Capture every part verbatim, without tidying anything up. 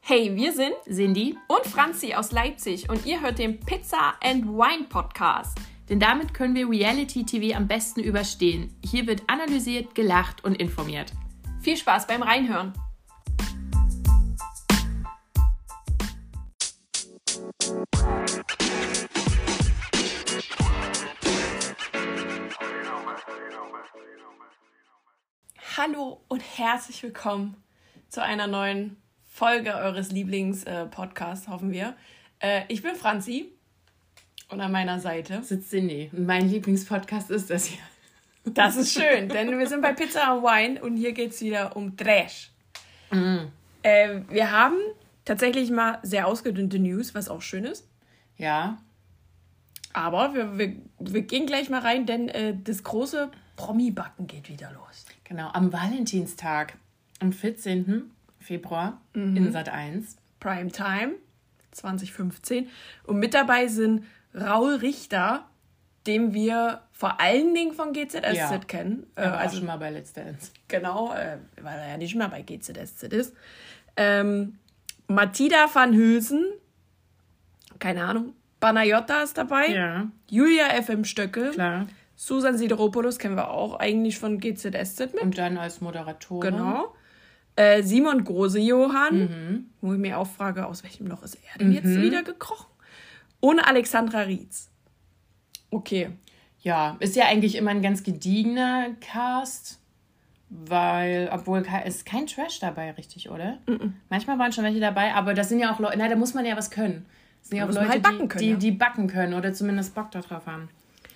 Hey, wir sind Cindy und Franzi aus Leipzig und ihr hört den Pizza and Wine Podcast. Denn damit können wir Reality-T V am besten überstehen. Hier wird analysiert, gelacht und informiert. Viel Spaß beim Reinhören. Hallo und herzlich willkommen zu einer neuen Folge eures Lieblings-Podcasts, hoffen wir. Äh, ich bin Franzi und an meiner Seite sitzt Cindy. Und mein Lieblingspodcast ist das hier. Das ist schön, denn wir sind bei Pizza and Wine und hier geht es wieder um Trash. Mm. Äh, wir haben tatsächlich mal sehr ausgedünnte News, was auch schön ist. Ja. Aber wir, wir, wir gehen gleich mal rein, denn äh, das große Promi-Backen geht wieder los. Genau, am Valentinstag, am vierzehnten Februar mhm. in Sat eins. Primetime zwanzig fünfzehn. Und mit dabei sind Raul Richter, den wir vor allen Dingen von G Z S Z ja. kennen. Er war also schon mal bei Let's Dance. Genau, äh, weil er ja nicht mehr bei G Z S Z ist. Ähm, Mathilda van Hülsen, keine Ahnung, Banayota ist dabei. Ja. Julia F M Stöckel. Klar. Susan Sideropoulos kennen wir auch eigentlich von G Z S Z mit. Und dann als Moderatorin. Genau. Äh, Simon Große-Johann, mhm. wo ich mir auch frage, aus welchem Loch ist er denn mhm. jetzt wieder gekrochen? Und Alexandra Rietz. Okay. Ja, ist ja eigentlich immer ein ganz gediegener Cast, weil, obwohl, es ist kein Trash dabei, richtig, oder? Mhm. Manchmal waren schon welche dabei, aber das sind ja auch Leute, na, da muss man ja was können. Das sind ja auch Leute, halt backen die, können, die, ja. die backen können oder zumindest Bock darauf haben.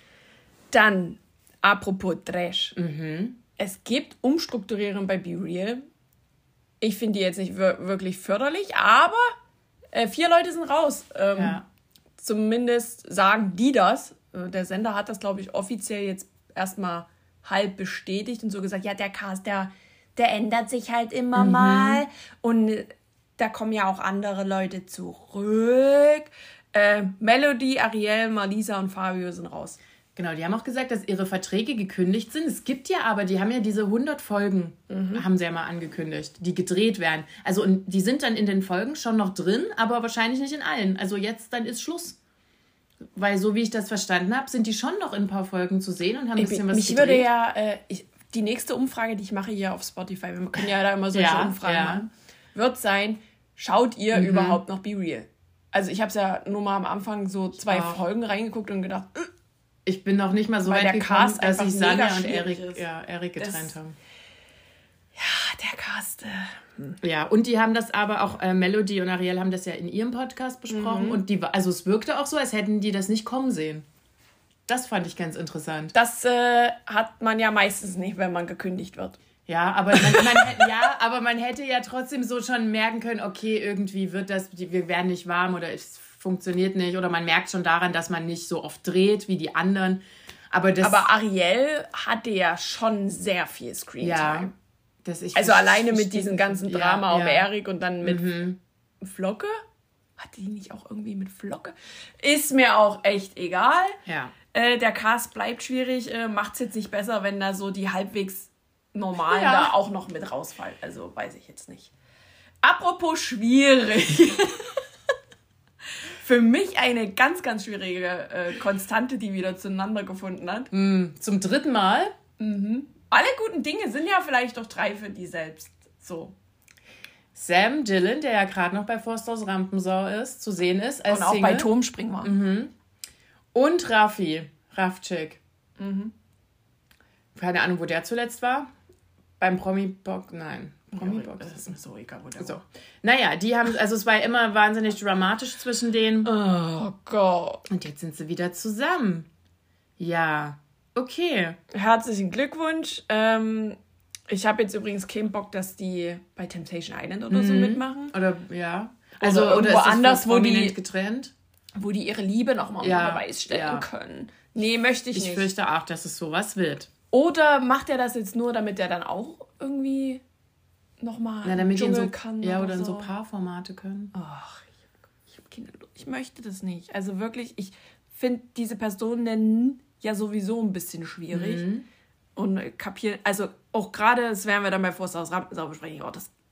Dann, apropos Trash. Mhm. Es gibt Umstrukturierungen bei BeReal. Ich finde die jetzt nicht wir- wirklich förderlich, aber äh, vier Leute sind raus. Ähm, ja. Zumindest sagen die das. Der Sender hat das, glaube ich, offiziell jetzt erstmal halb bestätigt und so gesagt, ja, der Cast, der, der ändert sich halt immer mhm. mal. Und da kommen ja auch andere Leute zurück. Äh, Melody, Ariel, Malisa und Fabio sind raus. Genau, die haben auch gesagt, dass ihre Verträge gekündigt sind. Es gibt ja aber, die haben ja diese hundert Folgen, mhm. haben sie ja mal angekündigt, die gedreht werden. Also und die sind dann in den Folgen schon noch drin, aber wahrscheinlich nicht in allen. Also jetzt, dann ist Schluss. Weil so wie ich das verstanden habe, sind die schon noch in ein paar Folgen zu sehen und haben ein bisschen ich, was mich gedreht. Mich würde ja, äh, ich, die nächste Umfrage, die ich mache hier auf Spotify, wir können ja da immer solche ja, Umfragen ja. machen, wird sein, schaut ihr mhm. überhaupt noch BeReal? Also ich habe es ja nur mal am Anfang so zwei oh. Folgen reingeguckt und gedacht, äh, ich bin noch nicht mal so weit der gekommen, Cast dass sich Sanja und Erik, ja, Erik getrennt das, haben. Ja, der Cast. Äh, hm. Ja, und die haben das aber auch, äh, Melody und Ariel haben das ja in ihrem Podcast besprochen. Mhm. Und die, also es wirkte auch so, als hätten die das nicht kommen sehen. Das fand ich ganz interessant. Das äh, hat man ja meistens nicht, wenn man gekündigt wird. Ja, aber man, man, ja, aber man hätte ja trotzdem so schon merken können, okay, irgendwie wird das, wir werden nicht warm oder es funktioniert nicht. Oder man merkt schon daran, dass man nicht so oft dreht wie die anderen. Aber, das, aber Ariel hatte ja schon sehr viel Screentime. Ja, das ich also alleine mit diesem ganzen Drama ja, auf ja. Erik und dann mit mhm. Flocke. Hatte die nicht auch irgendwie mit Flocke? Ist mir auch echt egal. Ja. Äh, der Cast bleibt schwierig. Äh, Macht es jetzt nicht besser, wenn da so die halbwegs normalen ja. da auch noch mit rausfallen. Also weiß ich jetzt nicht. Apropos schwierig. Für mich eine ganz, ganz schwierige äh, Konstante, die wieder zueinander gefunden hat. Mm, zum dritten Mal? Mhm. Alle guten Dinge sind ja vielleicht doch drei für die selbst. So. Sam Dillon, der ja gerade noch bei Forsthaus Rampensau ist, zu sehen ist. Als Und auch Single. bei Turmspringen war. Mhm. Und Raffi, Raffchick. Mhm. Keine Ahnung, wo der zuletzt war. Beim Promi-Box, nein. Promi-Box. Das ist mir so egal, wo der so. war. Naja, die haben, also es war immer wahnsinnig dramatisch zwischen denen. Oh Gott. Und jetzt sind sie wieder zusammen. Ja, okay. Herzlichen Glückwunsch. Ähm, ich habe jetzt übrigens keinen Bock, dass die bei Temptation Island oder mhm. so mitmachen. Oder, ja. Also, oder, oder woanders, wo die getrennt? Wo die ihre Liebe nochmal ja, unter Beweis stellen ja. können. Nee, möchte ich, ich nicht. Ich fürchte auch, dass es sowas wird. Oder macht er das jetzt nur, damit er dann auch irgendwie nochmal ja, damit Dschungel so, kann? Ja, oder so. in so Paarformate können. Ach, ich, ich, hab keine, ich möchte das nicht. Also wirklich, ich finde diese Personen ja sowieso ein bisschen schwierig. Mhm. Und kapieren, also auch gerade, das werden wir dann bei Forsthaus Rampensau besprechen, oh, das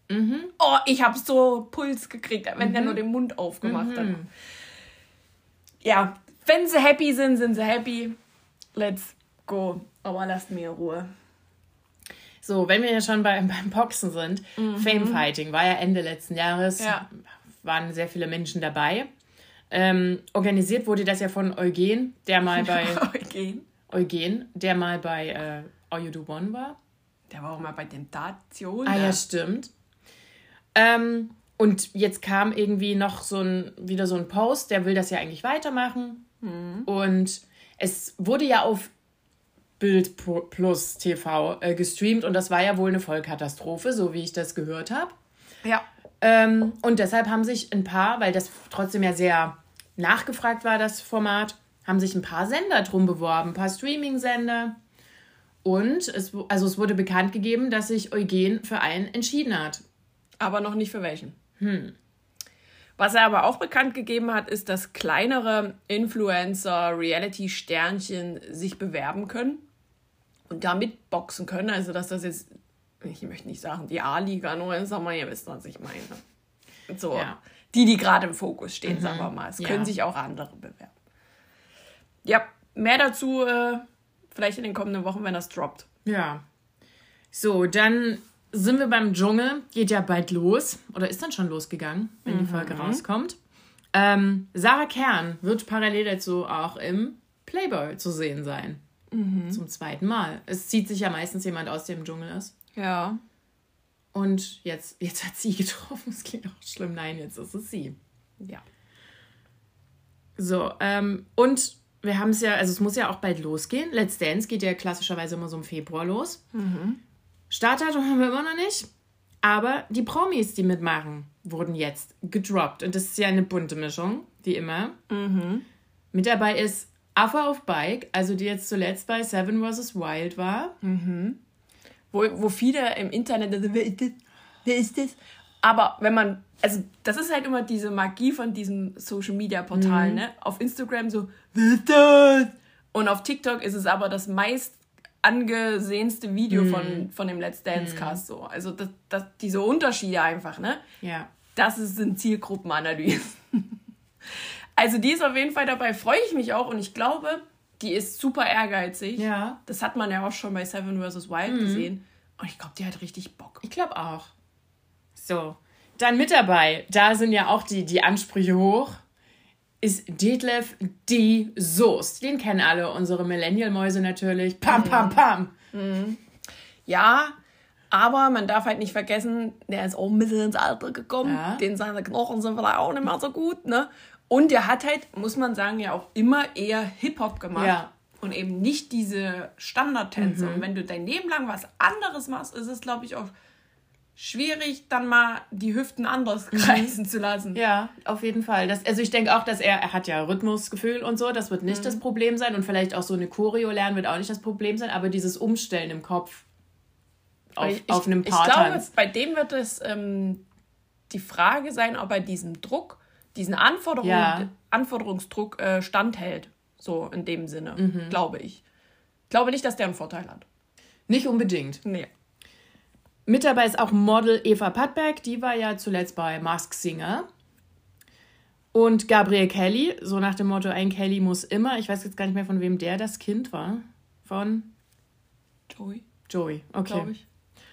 Mhm. Oh, ich habe so Puls gekriegt, wenn mhm. der nur den Mund aufgemacht mhm. hat. Ja, wenn sie happy sind, sind sie happy. Let's go. Aber lasst mir Ruhe. So, wenn wir ja schon bei, beim Boxen sind, mhm. Famefighting war ja Ende letzten Jahres. Ja. Waren sehr viele Menschen dabei. Ähm, organisiert wurde das ja von Eugen, der mal bei... Eugen? Eugen, der mal bei äh, All You Do One war. Der war auch mal bei Temptation. Ah ja, stimmt. Ähm, und jetzt kam irgendwie noch so ein, wieder so ein Post, der will das ja eigentlich weitermachen. Mhm. Und es wurde ja auf Bild Plus T V äh, gestreamt und das war ja wohl eine Vollkatastrophe, so wie ich das gehört habe. Ja. Ähm, und deshalb haben sich ein paar, weil das trotzdem ja sehr nachgefragt war, das Format, haben sich ein paar Sender drum beworben, ein paar Streaming-Sender. Und es, also es wurde bekannt gegeben, dass sich Eugen für einen entschieden hat. Aber noch nicht für welchen. Hm. Was er aber auch bekannt gegeben hat, ist, dass kleinere Influencer, Reality-Sternchen sich bewerben können und damit boxen können. Also, dass das jetzt, ich möchte nicht sagen, die A-Liga nur ist, aber ihr wisst, was ich meine. So, ja. Die, die gerade im Fokus stehen, mhm. sagen wir mal. Es ja. können sich auch andere bewerben. Ja, mehr dazu äh, vielleicht in den kommenden Wochen, wenn das droppt. Ja. So, dann sind wir beim Dschungel. Geht ja bald los. Oder ist dann schon losgegangen, wenn mhm. die Folge rauskommt. Ähm, Sarah Kern wird parallel dazu auch im Playboy zu sehen sein. Mhm. Zum zweiten Mal. Es zieht sich ja meistens jemand aus, der im Dschungel ist. Ja. Und jetzt, jetzt hat sie getroffen. Das klingt auch schlimm. Nein, jetzt ist es sie. Ja. So, ähm, und wir haben es ja, also es muss ja auch bald losgehen. Let's Dance geht ja klassischerweise immer so im Februar los. Mhm. Startdatum haben wir immer noch nicht. Aber die Promis, die mitmachen, wurden jetzt gedroppt. Und das ist ja eine bunte Mischung, wie immer. Mhm. Mit dabei ist Affa auf Bike, also die jetzt zuletzt bei Seven versus. Wild war. Mhm. Wo, wo viele im Internet, also, wer ist das? Wer ist das? Aber wenn man, also das ist halt immer diese Magie von diesem Social-Media-Portal, mhm. ne? Auf Instagram so, wer ist das? Und auf TikTok ist es aber das meist angesehenste Video mhm. von, von dem Let's Dance-Cast. So. Also das, das, diese Unterschiede einfach, ne? Ja. Das ist ein Zielgruppenanalyse. Also die ist auf jeden Fall dabei, freue ich mich auch und ich glaube, die ist super ehrgeizig. Ja. Das hat man ja auch schon bei Seven versus. Wild mhm. gesehen. Und ich glaube, die hat richtig Bock. Ich glaube auch. So, dann mit dabei, da sind ja auch die, die Ansprüche hoch, ist Detlef die Soest. Den kennen alle, unsere Millennial-Mäuse natürlich. Pam, pam, pam. Mhm. Ja, aber man darf halt nicht vergessen, der ist auch ein bisschen ins Alter gekommen. Ja. Den seine Knochen sind vielleicht auch nicht mehr so gut, ne? Und der hat halt, muss man sagen, ja auch immer eher Hip-Hop gemacht. Ja. Und eben nicht diese Standardtänze. Mhm. Und wenn du dein Leben lang was anderes machst, ist es, glaube ich, auch schwierig, dann mal die Hüften anders kreisen zu lassen. Ja, auf jeden Fall. Das, also ich denke auch, dass er, er hat ja Rhythmusgefühl und so, das wird nicht mhm. das Problem sein. Und vielleicht auch so eine Choreo lernen wird auch nicht das Problem sein, aber dieses Umstellen im Kopf auf, ich, auf einem Paartanz. Ich glaube, bei dem wird es ähm, die Frage sein, ob er diesem Druck, diesen Anforderung, ja. Anforderungsdruck äh, standhält. So in dem Sinne, mhm. glaube ich. Ich glaube nicht, dass der einen Vorteil hat. Nicht unbedingt. Nee. Mit dabei ist auch Model Eva Pattberg, die war ja zuletzt bei Masked Singer. Und Gabriel Kelly, so nach dem Motto, ein Kelly muss immer. Ich weiß jetzt gar nicht mehr, von wem der das Kind war. Von? Joey. Joey, okay. Glaube ich.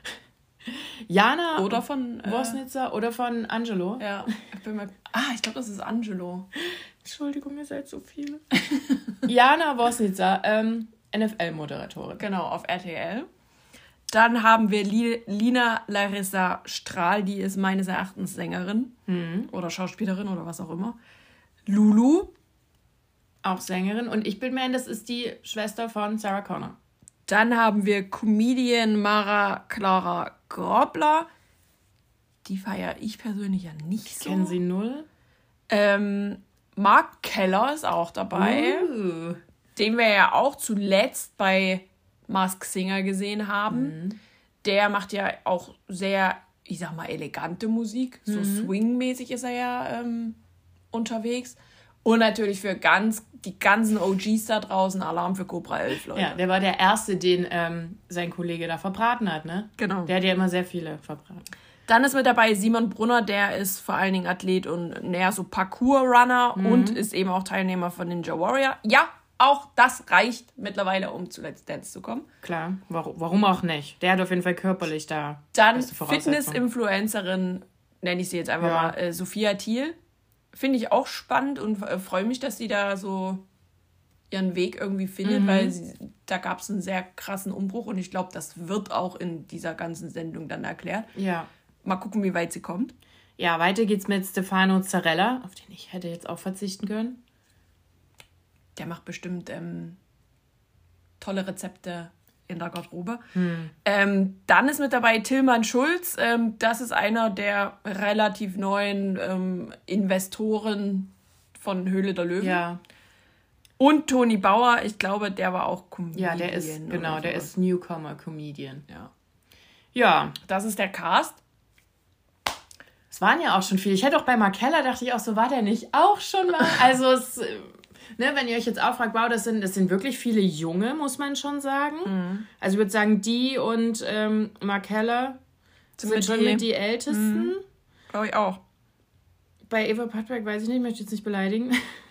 Jana oder von äh, Wosnitzer oder von Angelo. Ja, ich bin mal, ah, ich glaube, das ist Angelo. Entschuldigung, ihr seid so viele. Jana Wosnitzer, ähm, N F L-Moderatorin. Genau, auf R T L. Dann haben wir Lina Larissa Strahl, die ist meines Erachtens Sängerin mhm. oder Schauspielerin oder was auch immer. Lulu. Auch Sängerin. Und ich bin mir, das ist die Schwester von Sarah Connor. Dann haben wir Comedian Mara Clara Grobler. Die feiere ich persönlich ja nicht ich so. Kennen Sie null? Ähm, Mark Keller ist auch dabei. Uh. Den wir ja auch zuletzt bei Masked Singer gesehen haben. Mhm. Der macht ja auch sehr, ich sag mal, elegante Musik. So mhm. swingmäßig ist er ja ähm, unterwegs. Und natürlich für ganz die ganzen O Gs da draußen Alarm für Cobra elf, Leute. Ja, der war der Erste, den ähm, sein Kollege da verbraten hat, ne? Genau. Der hat ja immer sehr viele verbraten. Dann ist mit dabei Simon Brunner, der ist vor allen Dingen Athlet und näher so Parkour-Runner mhm. und ist eben auch Teilnehmer von Ninja Warrior. Ja, auch das reicht mittlerweile, um zu Let's Dance zu kommen. Klar, warum auch nicht? Der hat auf jeden Fall körperlich da. Dann Fitness-Influencerin, nenne ich sie jetzt einfach ja. mal, äh, Sophia Thiel. Finde ich auch spannend und äh, freue mich, dass sie da so ihren Weg irgendwie findet, mhm. weil sie, da gab es einen sehr krassen Umbruch und ich glaube, das wird auch in dieser ganzen Sendung dann erklärt. Ja. Mal gucken, wie weit sie kommt. Ja, weiter geht's mit Stefano Zarella, auf den ich hätte jetzt auch verzichten können. Der macht bestimmt ähm, tolle Rezepte in der Garderobe. Hm. Ähm, dann ist mit dabei Tillmann Schulz. Ähm, das ist einer der relativ neuen ähm, Investoren von Höhle der Löwen. Ja. Und Toni Bauer, ich glaube, der war auch Comedian. Ja, der ist, genau, der ist Newcomer-Comedian. Ja. Ja. Das ist der Cast. Es waren ja auch schon viele. Ich hätte auch bei Mark Keller, dachte ich auch so, war der nicht auch schon mal? Also es... Ne, wenn ihr euch jetzt auch fragt, wow, das sind, das sind wirklich viele Junge, muss man schon sagen. Mhm. Also ich würde sagen, die und ähm, Mark Keller sind, sind schon die Ältesten. Mhm. Glaube ich auch. Bei Eva Pattberg weiß ich nicht, möchte ich jetzt nicht beleidigen.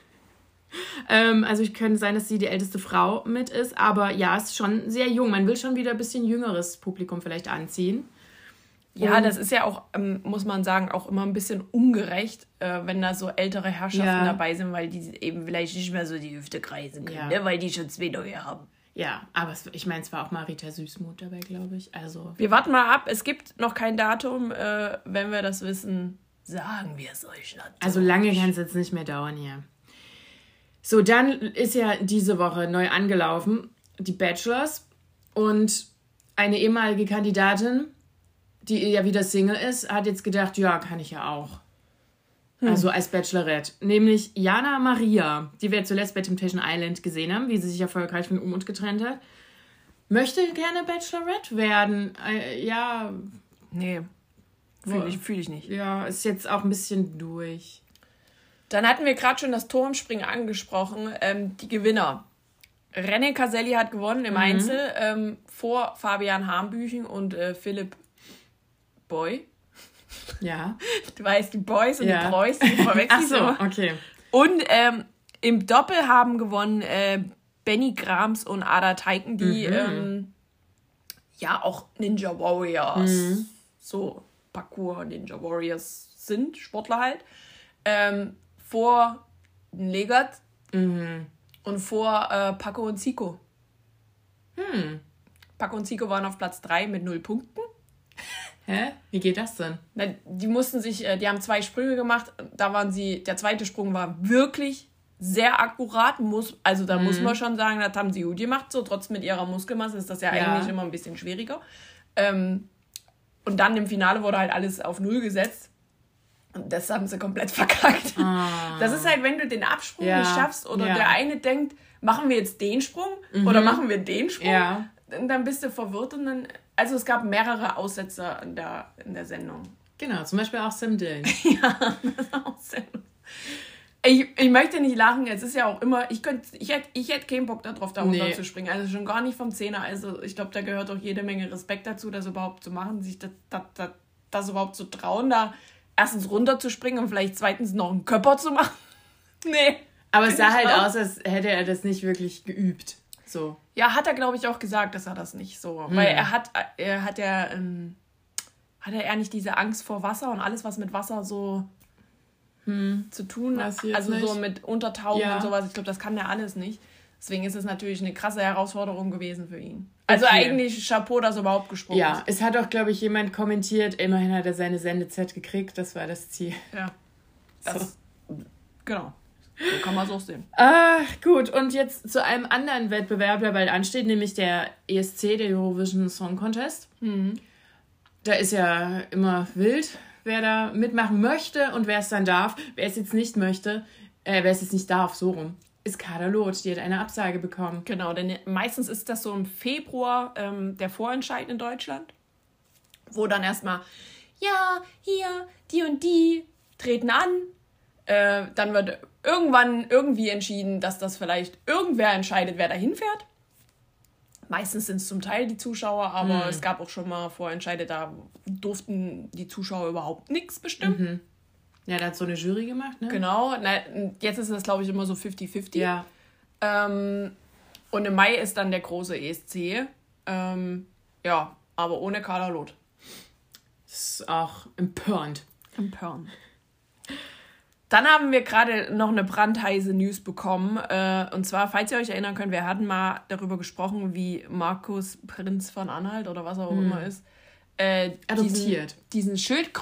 ähm, also ich könnte sein, dass sie die älteste Frau mit ist. Aber ja, es ist schon sehr jung. Man will schon wieder ein bisschen jüngeres Publikum vielleicht anziehen. Ja, das ist ja auch, ähm, muss man sagen, auch immer ein bisschen ungerecht, äh, wenn da so ältere Herrschaften ja. dabei sind, weil die eben vielleicht nicht mehr so die Hüfte kreisen können, ja. ne? Weil die schon zwei neue haben. Ja, aber es, ich meine, es war auch Marita Süßmuth dabei, glaube ich. Also wir warten mal ab. Es gibt noch kein Datum. Äh, wenn wir das wissen, sagen wir es euch natürlich. Also lange kann es jetzt nicht mehr dauern hier. So, dann ist ja diese Woche neu angelaufen, die Bachelors. Und eine ehemalige Kandidatin, die ja wieder Single ist, hat jetzt gedacht, ja, kann ich ja auch. Hm. Also als Bachelorette. Nämlich Jana Maria, die wir zuletzt bei Temptation Island gesehen haben, wie sie sich erfolgreich von Um und getrennt hat. Möchte gerne Bachelorette werden. Äh, ja. Nee. Fühle ich, fühl ich nicht. Ja, ist jetzt auch ein bisschen durch. Dann hatten wir gerade schon das Turmspringen angesprochen. Ähm, die Gewinner. René Caselli hat gewonnen im mhm. Einzel ähm, vor Fabian Hambüchen und äh, Philipp Boy. Ja. Du weißt, die Boys und ja. die Preuß, die verwechseln. Ach so, okay. Und ähm, im Doppel haben gewonnen äh, Benny Grams und Ada Teiken, die mhm. ähm, ja auch Ninja Warriors, mhm. so Parkour Ninja Warriors sind, Sportler halt. Ähm, vor Legat mhm. und vor äh, Paco und Zico. Hm. Paco und Zico waren auf Platz drei mit null Punkten. Hä? Wie geht das denn? Na, die mussten sich, die haben zwei Sprünge gemacht. Da waren sie, der zweite Sprung war wirklich sehr akkurat. Muss, also da mhm. muss man schon sagen, das haben sie gut gemacht. So, trotz mit ihrer Muskelmasse ist das ja, ja. eigentlich immer ein bisschen schwieriger. Ähm, und dann im Finale wurde halt alles auf Null gesetzt. Und das haben sie komplett verkackt. Ah. Das ist halt, wenn du den Absprung ja. nicht schaffst oder ja. der eine denkt, machen wir jetzt den Sprung mhm. oder machen wir den Sprung, ja. dann bist du verwirrt und dann... Also es gab mehrere Aussetzer in der, in der Sendung. Genau, zum Beispiel auch Sam Dillon. ja, das ist auch sehr lustig. Ich, ich möchte nicht lachen, es ist ja auch immer, ich könnte, ich hätte ich hätt keinen Bock darauf, da runter nee. zu springen. Also schon gar nicht vom Zehner. Also ich glaube, da gehört auch jede Menge Respekt dazu, das überhaupt zu machen, sich das, das, das, das überhaupt zu trauen, da erstens runter zu springen und vielleicht zweitens noch einen Körper zu machen. nee. Aber es sah halt auch aus, als hätte er das nicht wirklich geübt. So. Ja, hat er, glaube ich, auch gesagt, dass er das nicht so... Hm. Weil er hat, er hat ja... Ähm, hatte er nicht diese Angst vor Wasser und alles, was mit Wasser so hm. zu tun hat? Also nicht. So mit Untertauchen ja. und sowas. Ich glaube, das kann er alles nicht. Deswegen ist es natürlich eine krasse Herausforderung gewesen für ihn. Also okay. eigentlich Chapeau, dass er überhaupt gesprungen ja, ist. Ja, es hat auch, glaube ich, jemand kommentiert, immerhin hat er seine Sendezeit gekriegt. Das war das Ziel. Ja. Das, so. Genau. So kann man es auch sehen. Ah, gut. Und jetzt zu einem anderen Wettbewerb, der bald ansteht, nämlich der E S C, der Eurovision Song Contest. Mhm. Da ist ja immer wild, wer da mitmachen möchte und wer es dann darf. Wer es jetzt nicht möchte, äh, wer es jetzt nicht darf, so rum, ist Kader Loth. Die hat eine Absage bekommen. Genau, denn meistens ist das so im Februar ähm, der Vorentscheid in Deutschland, wo dann erstmal, ja, hier, die und die treten an. Äh, dann wird irgendwann irgendwie entschieden, dass das vielleicht irgendwer entscheidet, wer dahin fährt. Meistens sind es zum Teil die Zuschauer, aber mhm. es gab auch schon mal Vorentscheide, da durften die Zuschauer überhaupt nichts bestimmen. Mhm. Ja, da hat so eine Jury gemacht, ne? Genau. Na, jetzt ist das, glaube ich, immer so fifty fifty. Ja. Ähm, und im Mai ist dann der große E S C. Ähm, ja, aber ohne Carla Loth. Das ist auch empörend. Empörend. Dann haben wir gerade noch eine brandheiße News bekommen. Äh, und zwar, falls ihr euch erinnern könnt, wir hatten mal darüber gesprochen, wie Markus Prinz von Anhalt oder was auch hm. immer ist, äh, adoptiert. Diesen, diesen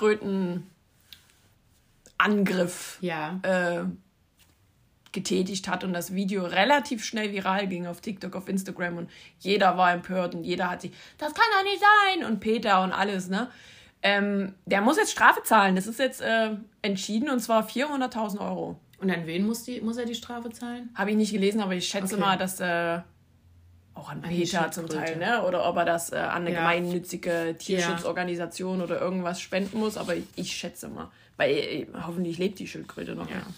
Schildkröten-Angriff ja. äh, getätigt hat und das Video relativ schnell viral ging auf TikTok, auf Instagram und jeder war empört und jeder hat sich, das kann doch nicht sein und Peter und alles, ne? Ähm, der muss jetzt Strafe zahlen. Das ist jetzt äh, entschieden und zwar vierhunderttausend Euro. Und an wen muss, die, muss er die Strafe zahlen? Habe ich nicht gelesen, aber ich schätze okay. mal, dass äh, auch an Peter zum Teil, ne? Oder ob er das äh, an eine ja. gemeinnützige Tierschutzorganisation ja. oder irgendwas spenden muss, aber ich, ich schätze mal. Weil äh, hoffentlich lebt die Schildkröte noch. Ja.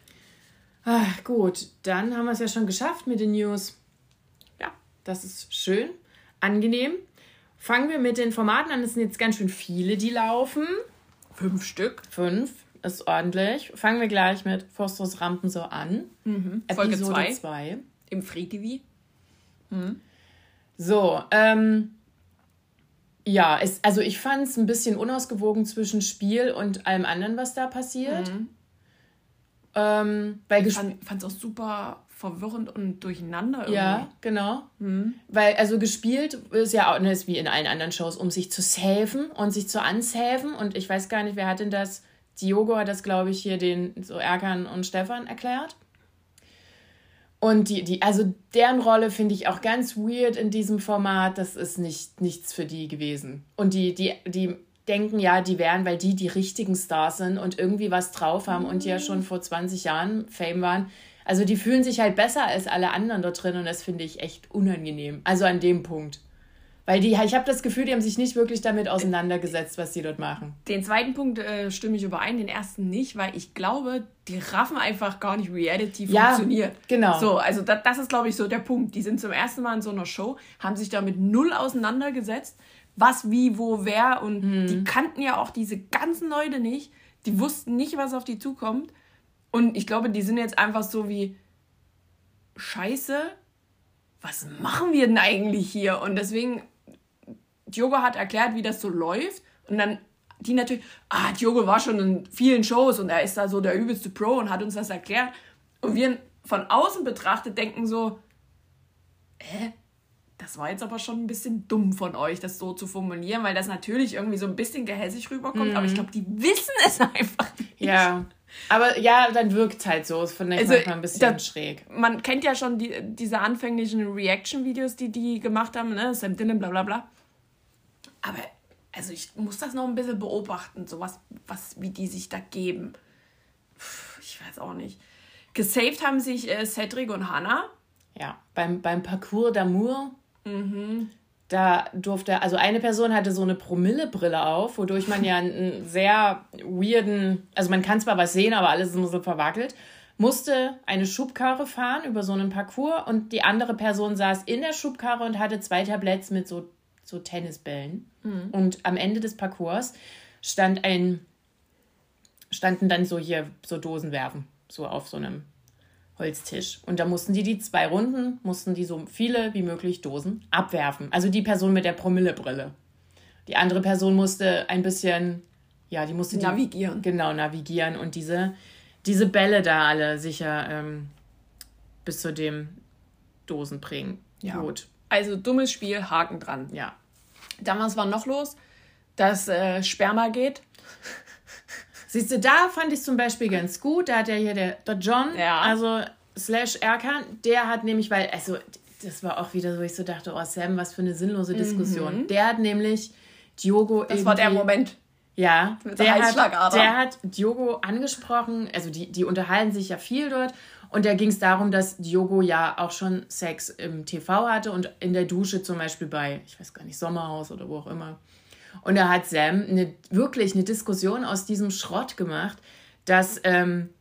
Ach, gut, dann haben wir es ja schon geschafft mit den News. Ja, das ist schön, angenehm. Fangen wir mit den Formaten an. Es sind jetzt ganz schön viele, die laufen. Fünf Stück. Fünf, ist ordentlich. Fangen wir gleich mit Forsthaus Rampensau an. Mhm. Folge zwei. Im Free T V. Mhm. So, ähm... ja, es, also ich fand es ein bisschen unausgewogen zwischen Spiel und allem anderen, was da passiert. Mhm. Ähm, weil ich fand es auch super verwirrend und durcheinander irgendwie. Ja, genau. Mhm. Weil, also gespielt ist ja auch, ne, ist wie in allen anderen Shows, um sich zu saven und sich zu unsaven. Und ich weiß gar nicht, wer hat denn das? Diogo hat das, glaube ich, hier den so Erkan und Stefan erklärt. Und die, die, also deren Rolle finde ich auch ganz weird in diesem Format. Das ist nicht, nichts für die gewesen. Und die, die, die denken ja, die wären, weil die die richtigen Stars sind und irgendwie was drauf haben mhm. und ja schon vor zwanzig Jahren Fame waren. Also die fühlen sich halt besser als alle anderen dort drin und das finde ich echt unangenehm. Also an dem Punkt. Weil die, ich habe das Gefühl, die haben sich nicht wirklich damit auseinandergesetzt, was die dort machen. Den zweiten Punkt äh, stimme ich überein, den ersten nicht, weil ich glaube, die raffen einfach gar nicht, wie Reality ja, funktioniert. Genau. So, also da, das ist, glaube ich, so der Punkt. Die sind zum ersten Mal in so einer Show, haben sich damit null auseinandergesetzt, was, wie, wo, wer und hm. die kannten ja auch diese ganzen Leute nicht. Die wussten nicht, was auf die zukommt. Und ich glaube, die sind jetzt einfach so wie, Scheiße, was machen wir denn eigentlich hier? Und deswegen, Diogo hat erklärt, wie das so läuft. Und dann die natürlich, ah, Diogo war schon in vielen Shows und er ist da so der übelste Pro und hat uns das erklärt. Und wir von außen betrachtet denken so, hä? Das war jetzt aber schon ein bisschen dumm von euch, das so zu formulieren, weil das natürlich irgendwie so ein bisschen gehässig rüberkommt. Mhm. Aber ich glaube, die wissen es einfach nicht. Ja, aber ja, dann wirkt es halt so. Das finde ich also, manchmal ein bisschen da, schräg. Man kennt ja schon die, diese anfänglichen Reaction-Videos, die die gemacht haben, ne? Sam Dillon, bla bla bla. Aber also ich muss das noch ein bisschen beobachten, so was, was, wie die sich da geben. Puh, ich weiß auch nicht. Gesaved haben sich äh, Cedric und Hannah. Ja, beim, beim Parcours d'Amour, mhm. da durfte, also eine Person hatte so eine Promillebrille auf, wodurch man ja einen sehr weirden, also man kann zwar was sehen, aber alles ist ein bisschen verwackelt, musste eine Schubkarre fahren über so einen Parcours und die andere Person saß in der Schubkarre und hatte zwei Tabletts mit so, so Tennisbällen. Mhm. Und am Ende des Parcours stand ein, standen dann so hier so Dosen werfen, so auf so einem Holztisch. Und da mussten die die zwei Runden, mussten die so viele wie möglich Dosen abwerfen. Also die Person mit der Promillebrille. Die andere Person musste ein bisschen, ja, die musste navigieren. Die, genau, navigieren und diese, diese Bälle da alle sicher ähm, bis zu dem Dosen bringen. Ja. Gut. Also dummes Spiel, Haken dran. Ja. Dann, was war noch los? Das äh, Sperma geht. Siehst du, da fand ich es zum Beispiel ganz gut. Da hat ja hier der, der John, ja. also slash Erkan, der hat nämlich, weil, also das war auch wieder so, ich so dachte, oh Sam, was für eine sinnlose Diskussion. Mhm. Der hat nämlich Diogo Das war der Moment. Ja, mit der, der, hat, der hat Diogo angesprochen, also die, die unterhalten sich ja viel dort und da ging es darum, dass Diogo ja auch schon Sex im T V hatte und in der Dusche zum Beispiel bei, ich weiß gar nicht, Sommerhaus oder wo auch immer. Und da hat Sam eine, wirklich eine Diskussion aus diesem Schrott gemacht, dass ähm,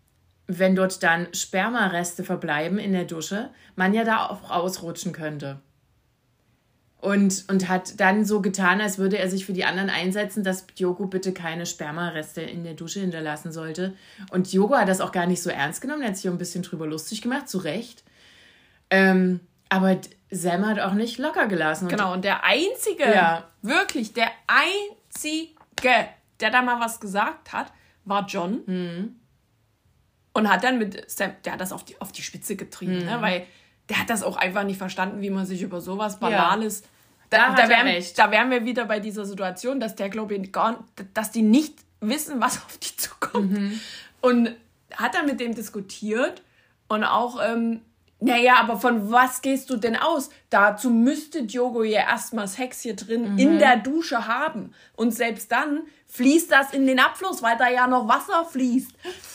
wenn dort dann Spermareste verbleiben in der Dusche, man ja da auch ausrutschen könnte. Und, und hat dann so getan, als würde er sich für die anderen einsetzen, dass Diogo bitte keine Spermareste in der Dusche hinterlassen sollte. Und Diogo hat das auch gar nicht so ernst genommen. Er hat sich auch ein bisschen drüber lustig gemacht, zu Recht. Ähm, aber Sam hat auch nicht locker gelassen. Und genau, und der Einzige, ja. wirklich der Einzige, der da mal was gesagt hat, war John. Mhm. Und hat dann mit Sam, der hat das auf die, auf die Spitze getrieben, Mhm. ne? Weil der hat das auch einfach nicht verstanden, wie man sich über sowas Banales... Ja. Da, da, da, wären, da wären wir wieder bei dieser Situation, dass der, glaube ich, gar, dass die nicht wissen, was auf die zukommt. Mhm. Und hat dann mit dem diskutiert und auch, ähm, naja, aber von was gehst du denn aus? Dazu müsste Diogo ja erstmal Sex hier drin mhm. in der Dusche haben. Und selbst dann fließt das in den Abfluss, weil da ja noch Wasser fließt.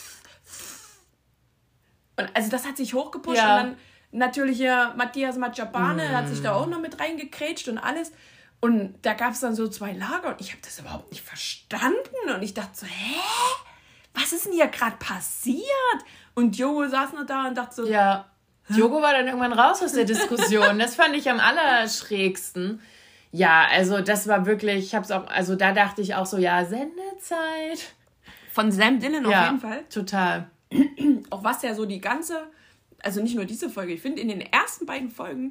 Und also das hat sich hochgepusht ja. und dann natürlich hier Matthias Machapane mm. hat sich da auch noch mit reingekrätscht und alles. Und da gab es dann so zwei Lager und ich habe das überhaupt nicht verstanden. Und ich dachte so, hä? Was ist denn hier gerade passiert? Und Diogo saß noch da und dachte so... Ja, Diogo war dann irgendwann raus aus der Diskussion. Das fand ich am allerschrägsten. Ja, also das war wirklich, ich hab's auch, also da dachte ich auch so, ja, Sendezeit. Von Sam Dillon auf ja, jeden Fall. Total. Auch was ja so die ganze... Also nicht nur diese Folge, ich finde in den ersten beiden Folgen,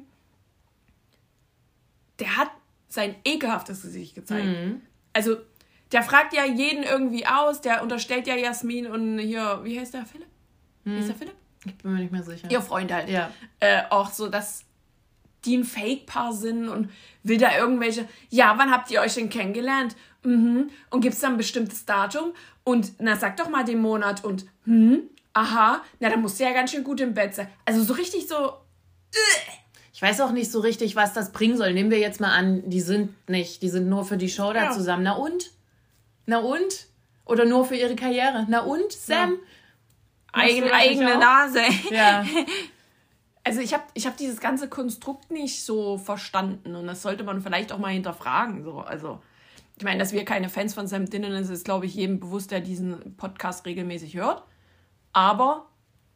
der hat sein ekelhaftes Gesicht gezeigt. Mhm. Also der fragt ja jeden irgendwie aus, der unterstellt ja Jasmin und hier, wie heißt der, Philipp? Mhm. Wie heißt der Philipp? Ich bin mir nicht mehr sicher. Ihr Freund halt. Ja. Äh, auch so, dass die ein Fake-Paar sind und will da irgendwelche, ja, wann habt ihr euch denn kennengelernt? Mhm. Und gibt es da ein bestimmtes Datum? Und na, sag doch mal den Monat und hm, aha, na, dann musst du ja ganz schön gut im Bett sein. Also so richtig so... Ich weiß auch nicht so richtig, was das bringen soll. Nehmen wir jetzt mal an, die sind nicht, die sind nur für die Show da ja. zusammen. Na und? Na und? Oder nur für ihre Karriere? Na und, Sam? Ja. Eigen, eigene Nase. Ja. Also ich habe ich hab dieses ganze Konstrukt nicht so verstanden und das sollte man vielleicht auch mal hinterfragen. So. Also ich meine, dass wir keine Fans von Sam Dillon sind, ist, glaube ich, jedem bewusst, der diesen Podcast regelmäßig hört. Aber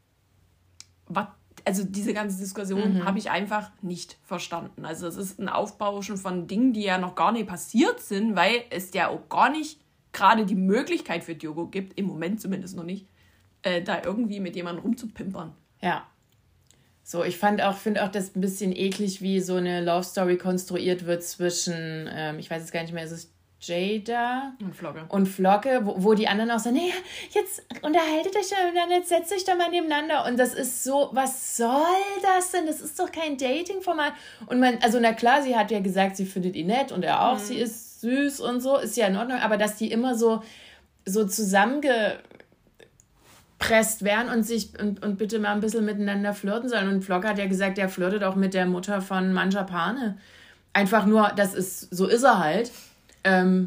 was, also diese ganze Diskussion mhm. habe ich einfach nicht verstanden. Also es ist ein Aufbauschen von Dingen, die ja noch gar nicht passiert sind, weil es ja auch gar nicht gerade die Möglichkeit für Diogo gibt, im Moment zumindest noch nicht, äh, da irgendwie mit jemandem rumzupimpern. Ja. So, ich fand auch, finde auch das ein bisschen eklig, wie so eine Love Story konstruiert wird zwischen, ähm, ich weiß jetzt gar nicht mehr, ist es Jada und Flocke. Und Flocke, wo, wo die anderen auch sagen, nee, jetzt unterhaltet euch dann, jetzt setzt euch doch mal nebeneinander. Und das ist so, was soll das denn? Das ist doch kein Dating-Format. Und man, also na klar, sie hat ja gesagt, sie findet ihn nett und er auch, mhm. sie ist süß und so, ist ja in Ordnung. Aber dass die immer so, so zusammengepresst werden und sich und, und bitte mal ein bisschen miteinander flirten sollen. Und Flocke hat ja gesagt, er flirtet auch mit der Mutter von Manjapane. Einfach nur, das ist, so ist er halt. Ähm,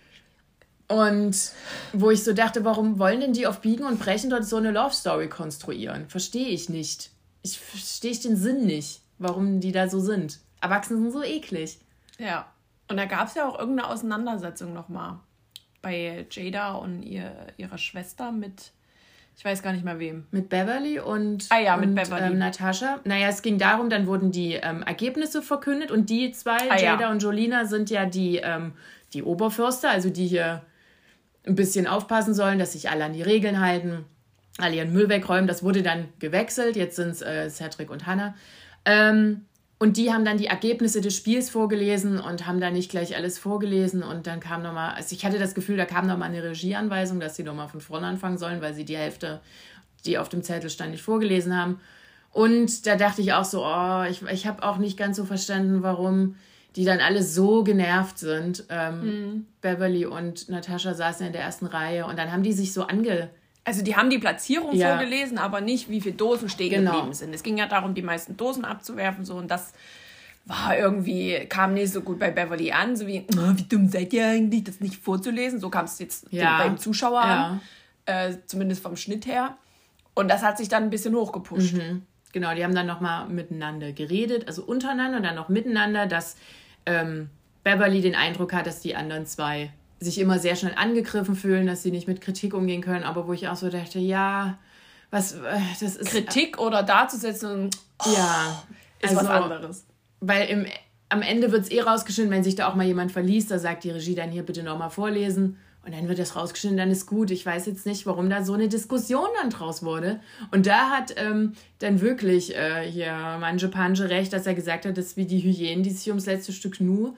und wo ich so dachte, warum wollen denn die auf Biegen und Brechen dort so eine Love-Story konstruieren? Verstehe ich nicht. Ich verstehe ich den Sinn nicht, warum die da so sind. Erwachsene sind so eklig. Ja, und da gab es ja auch irgendeine Auseinandersetzung nochmal bei Jada und ihr, ihrer Schwester mit, ich weiß gar nicht mehr wem. Mit Beverly und, ah ja, und mit Beverly. Ähm, Natascha. Naja, es ging darum, dann wurden die ähm, Ergebnisse verkündet und die zwei, ah, Jada ja. und Jolina, sind ja die, ähm, die Oberförster, also die hier ein bisschen aufpassen sollen, dass sich alle an die Regeln halten, alle ihren Müll wegräumen. Das wurde dann gewechselt, jetzt sind es äh, Cedric und Hannah. Ähm, und die haben dann die Ergebnisse des Spiels vorgelesen und haben dann nicht gleich alles vorgelesen. Und dann kam nochmal, also ich hatte das Gefühl, da kam nochmal eine Regieanweisung, dass sie nochmal von vorne anfangen sollen, weil sie die Hälfte, die auf dem Zettel stand, nicht vorgelesen haben. Und da dachte ich auch so, oh, ich, ich habe auch nicht ganz so verstanden, warum die dann alle so genervt sind. Ähm, mhm. Beverly und Natascha saßen in der ersten Reihe und dann haben die sich so ange... Also die haben die Platzierung ja. vorgelesen, aber nicht, wie viele Dosen stehen genau. geblieben sind. Es ging ja darum, die meisten Dosen abzuwerfen, so, und das war irgendwie, kam nicht so gut bei Beverly an, so wie, oh, wie dumm seid ihr eigentlich, das nicht vorzulesen. So kam es jetzt ja. beim Zuschauer ja. an, äh, zumindest vom Schnitt her. Und das hat sich dann ein bisschen hochgepusht. Mhm. Genau, die haben dann nochmal miteinander geredet, also untereinander und dann noch miteinander, dass ähm, Beverly den Eindruck hat, dass die anderen zwei sich immer sehr schnell angegriffen fühlen, dass sie nicht mit Kritik umgehen können, aber wo ich auch so dachte, ja, was, das ist... Kritik oder dazusetzen, oh, ja, ist also, was anderes. Weil im, am Ende wird es eh rausgeschnitten, wenn sich da auch mal jemand verliest, da sagt die Regie dann hier bitte nochmal vorlesen und dann wird das rausgeschnitten, dann ist gut. Ich weiß jetzt nicht, warum da so eine Diskussion dann draus wurde. Und da hat ähm, dann wirklich äh, hier Manje Panje recht, dass er gesagt hat, das ist wie die Hyänen, die sich ums letzte Stück Nu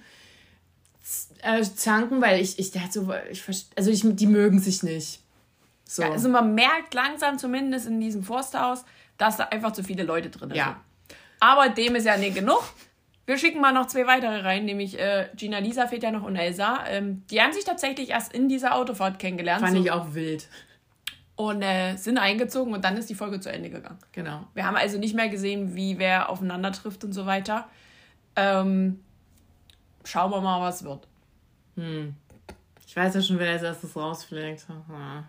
äh, zanken, weil ich, ich dachte so, ich, also ich, die mögen sich nicht. So. Ja, also man merkt langsam zumindest in diesem Forsthaus, dass da einfach zu viele Leute drin sind. Ja. Aber dem ist ja nicht genug. Wir schicken mal noch zwei weitere rein, nämlich äh, Gina Lisa fehlt ja noch und Elsa. Ähm, die haben sich tatsächlich erst in dieser Autofahrt kennengelernt. Fand so. ich auch wild. Und äh, sind eingezogen und dann ist die Folge zu Ende gegangen. Genau. Wir haben also nicht mehr gesehen, wie wer aufeinander trifft und so weiter. Ähm, schauen wir mal, was wird. Hm. Ich weiß ja schon, wer als erstes rausfliegt. Aha.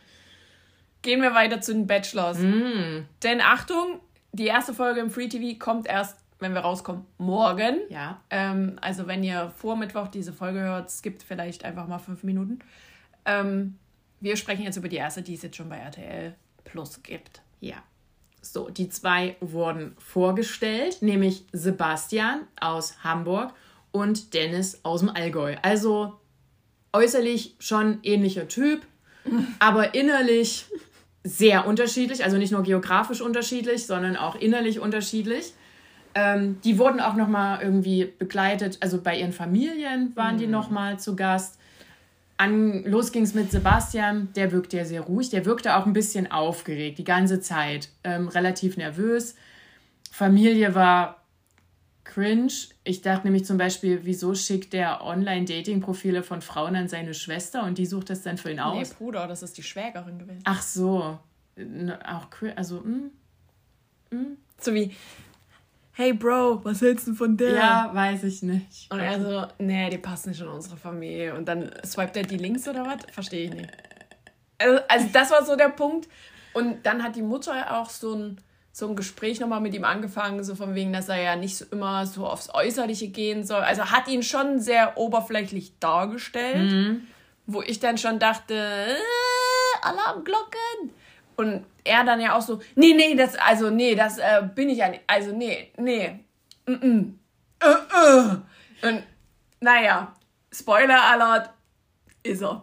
Gehen wir weiter zu den Bachelors. Mm. Denn Achtung, die erste Folge im Free T V kommt erst, wenn wir rauskommen, morgen. Ja. Ähm, also wenn ihr vor Mittwoch diese Folge hört, skippt vielleicht einfach mal fünf Minuten. Ähm, wir sprechen jetzt über die erste, die es jetzt schon bei R T L Plus gibt. Ja. So, die zwei wurden vorgestellt, nämlich Sebastian aus Hamburg und Dennis aus dem Allgäu. Also äußerlich schon ähnlicher Typ, aber innerlich sehr unterschiedlich, also nicht nur geografisch unterschiedlich, sondern auch innerlich unterschiedlich. Ähm, die wurden auch nochmal irgendwie begleitet, also bei ihren Familien waren mhm. die nochmal zu Gast. An, los ging es mit Sebastian, der wirkte ja sehr ruhig, der wirkte auch ein bisschen aufgeregt, die ganze Zeit, ähm, relativ nervös. Familie war cringe. Ich dachte nämlich zum Beispiel, wieso schickt der Online-Dating-Profile von Frauen an seine Schwester und die sucht das dann für ihn aus? Nee, Bruder, das ist die Schwägerin gewesen. Ach so. Auch cringe, also, mh. Mh. So wie, hey Bro, was hältst du von der? Ja, weiß ich nicht. Und er so, nee, die passt nicht in unsere Familie. Und dann swiped er die links oder was? Verstehe ich nicht. Also, also das war so der Punkt. Und dann hat die Mutter auch so ein so ein Gespräch nochmal mit ihm angefangen, so von wegen, dass er ja nicht so immer so aufs Äußerliche gehen soll. Also hat ihn schon sehr oberflächlich dargestellt, mhm. wo ich dann schon dachte, äh, Alarmglocken. Und er dann ja auch so, nee, nee, das, also nee, das äh, bin ich ja nicht, also nee, nee, mm, mm, äh, äh. Und naja, Spoiler Alert, ist er.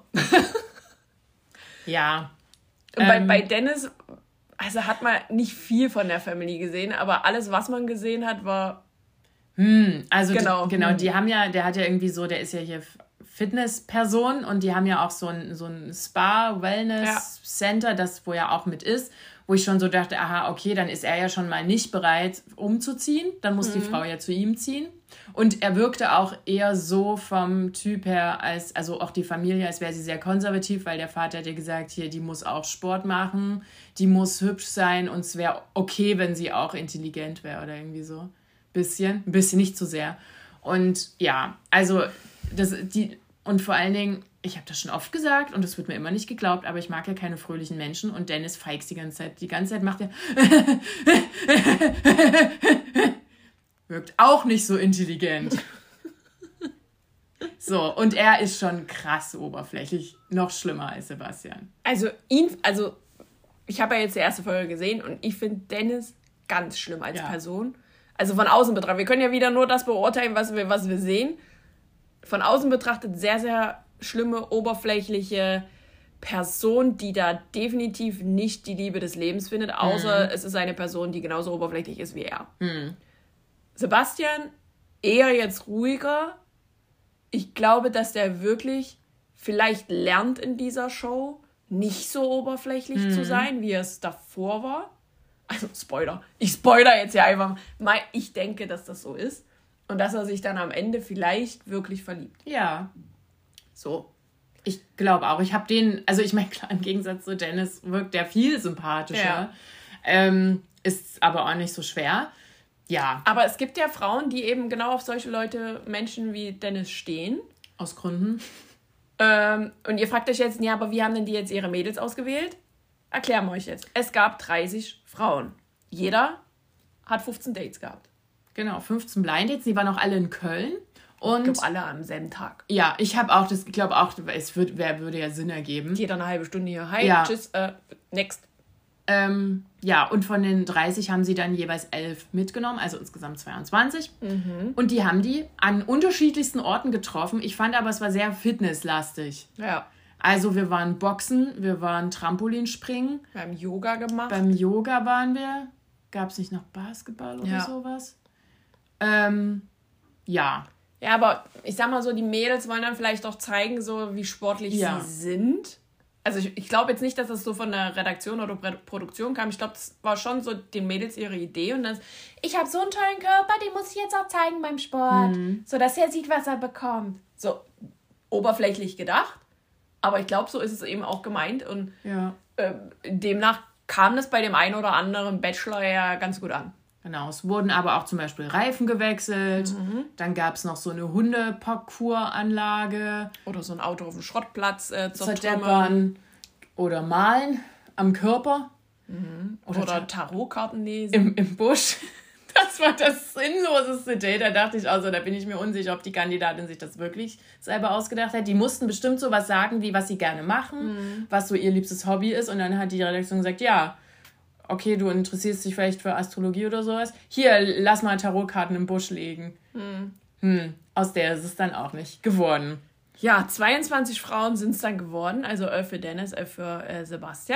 Ja. Und bei, ähm. bei Dennis... Also hat man nicht viel von der Family gesehen, aber alles, was man gesehen hat, war... Hm, also genau, die, genau, hm. die haben ja, der hat ja irgendwie so, der ist ja hier Fitnessperson und die haben ja auch so ein, so ein Spa-Wellness-Center, ja. das wo er auch mit ist, wo ich schon so dachte, aha, okay, dann ist er ja schon mal nicht bereit umzuziehen, dann muss mhm. die Frau ja zu ihm ziehen. Und er wirkte auch eher so vom Typ her, als also auch die Familie, als wäre sie sehr konservativ, weil der Vater hat ja gesagt, hier, die muss auch Sport machen, die muss hübsch sein und es wäre okay, wenn sie auch intelligent wäre oder irgendwie so. Bisschen, ein bisschen, nicht zu sehr. Und ja, also das, die, und vor allen Dingen, ich habe das schon oft gesagt und es wird mir immer nicht geglaubt, aber ich mag ja keine fröhlichen Menschen und Dennis feigst die ganze Zeit. Die ganze Zeit macht er wirkt auch nicht so intelligent. So, und er ist schon krass oberflächlich. Noch schlimmer als Sebastian. Also ihn, also ich habe ja jetzt die erste Folge gesehen und ich finde Dennis ganz schlimm als ja. Person. Also von außen betrachtet. Wir können ja wieder nur das beurteilen, was wir, was wir sehen. Von außen betrachtet sehr, sehr schlimme, oberflächliche Person, die da definitiv nicht die Liebe des Lebens findet, außer mhm. es ist eine Person, die genauso oberflächlich ist wie er. Mhm. Sebastian eher jetzt ruhiger. Ich glaube, dass der wirklich vielleicht lernt in dieser Show, nicht so oberflächlich mhm. zu sein, wie es davor war. Also Spoiler. Ich spoiler jetzt ja einfach mal. Ich denke, dass das so ist. Und dass er sich dann am Ende vielleicht wirklich verliebt. Ja. So. Ich glaube auch. Ich habe den, also ich meine, klar, im Gegensatz zu Dennis wirkt der viel sympathischer. Ja. Ähm, ist aber auch nicht so schwer. Ja. Aber es gibt ja Frauen, die eben genau auf solche Leute, Menschen wie Dennis stehen. Aus Gründen. Ähm, und ihr fragt euch jetzt, ja, aber wie haben denn die jetzt ihre Mädels ausgewählt? Erklären wir euch jetzt. Es gab dreißig Frauen. Jeder hat fünfzehn Dates gehabt. Genau, fünfzehn Blind Dates. Die waren auch alle in Köln. Und ich glaube, alle am selben Tag. Ja, ich habe auch das, ich glaube auch, es wird, wer würde ja Sinn ergeben. Jeder eine halbe Stunde hier. Hi, ja. tschüss, uh, next. Ähm, ja, und von den dreißig haben sie dann jeweils elf mitgenommen, also insgesamt zweiundzwanzig. Mhm. Und die haben die an unterschiedlichsten Orten getroffen. Ich fand aber, es war sehr fitnesslastig. Ja. Also wir waren Boxen, wir waren Trampolinspringen. Wir haben Yoga gemacht. Beim Yoga waren wir. Gab es nicht noch Basketball oder ja. sowas? Ähm, ja. Ja, aber ich sag mal so, die Mädels wollen dann vielleicht auch zeigen, so wie sportlich ja. sie sind. Also ich, ich glaube jetzt nicht, dass das so von der Redaktion oder Produktion kam. Ich glaube, das war schon so den Mädels ihre Idee. Und dann, ich habe so einen tollen Körper, den muss ich jetzt auch zeigen beim Sport. Mhm. So, dass er sieht, was er bekommt. So, oberflächlich gedacht. Aber ich glaube, so ist es eben auch gemeint. Und ja. äh, demnach kam das bei dem einen oder anderen Bachelor ja ganz gut an. Genau, es wurden aber auch zum Beispiel Reifen gewechselt. Mhm. Dann gab es noch so eine Hundeparcours-Anlage. Oder so ein Auto auf dem Schrottplatz äh, zerdeppern. Oder malen am Körper. Mhm. Oder, oder Tarotkarten lesen. Im, Im Busch. Das war das sinnloseste Date. Da dachte ich, also da bin ich mir unsicher, ob die Kandidatin sich das wirklich selber ausgedacht hat. Die mussten bestimmt so was sagen, wie was sie gerne machen, mhm. was so ihr liebstes Hobby ist. Und dann hat die Redaktion gesagt, ja, okay, du interessierst dich vielleicht für Astrologie oder sowas. Hier, lass mal Tarotkarten im Busch legen. Mhm. Hm, aus der ist es dann auch nicht geworden. Ja, zweiundzwanzig Frauen sind es dann geworden. Also elf für Dennis, elf für äh, Sebastian.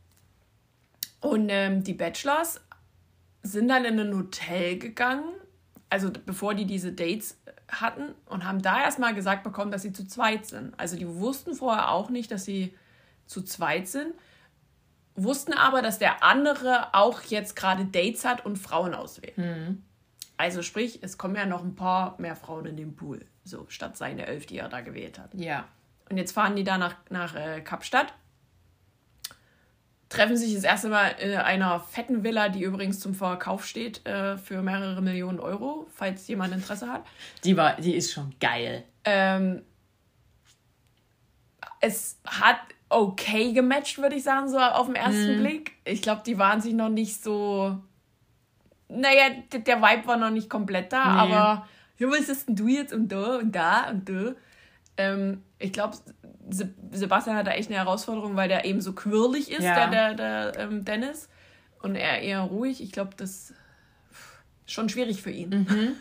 Und ähm, die Bachelors sind dann in ein Hotel gegangen, also bevor die diese Dates hatten, und haben da erstmal gesagt bekommen, dass sie zu zweit sind. Also die wussten vorher auch nicht, dass sie zu zweit sind, wussten aber, dass der andere auch jetzt gerade Dates hat und Frauen auswählt. Mhm. Also sprich, es kommen ja noch ein paar mehr Frauen in den Pool, so statt seine elf, die er da gewählt hat. Ja. Und jetzt fahren die da nach, nach äh, Kapstadt, treffen sich das erste Mal in einer fetten Villa, die übrigens zum Verkauf steht, äh, für mehrere Millionen Euro, falls jemand Interesse hat. Die, war, die ist schon geil. Ähm, es hat okay gematcht, würde ich sagen, so auf den ersten mhm. Blick. Ich glaube, die waren sich noch nicht so... Naja, der Vibe war noch nicht komplett da, nee. aber ja, was ist denn du jetzt und da und da und da? Ähm, ich glaube, Sebastian hat da echt eine Herausforderung, weil der eben so quirlig ist, ja. der, der, der ähm, Dennis. Und er eher ruhig. Ich glaube, das ist schon schwierig für ihn. Mhm.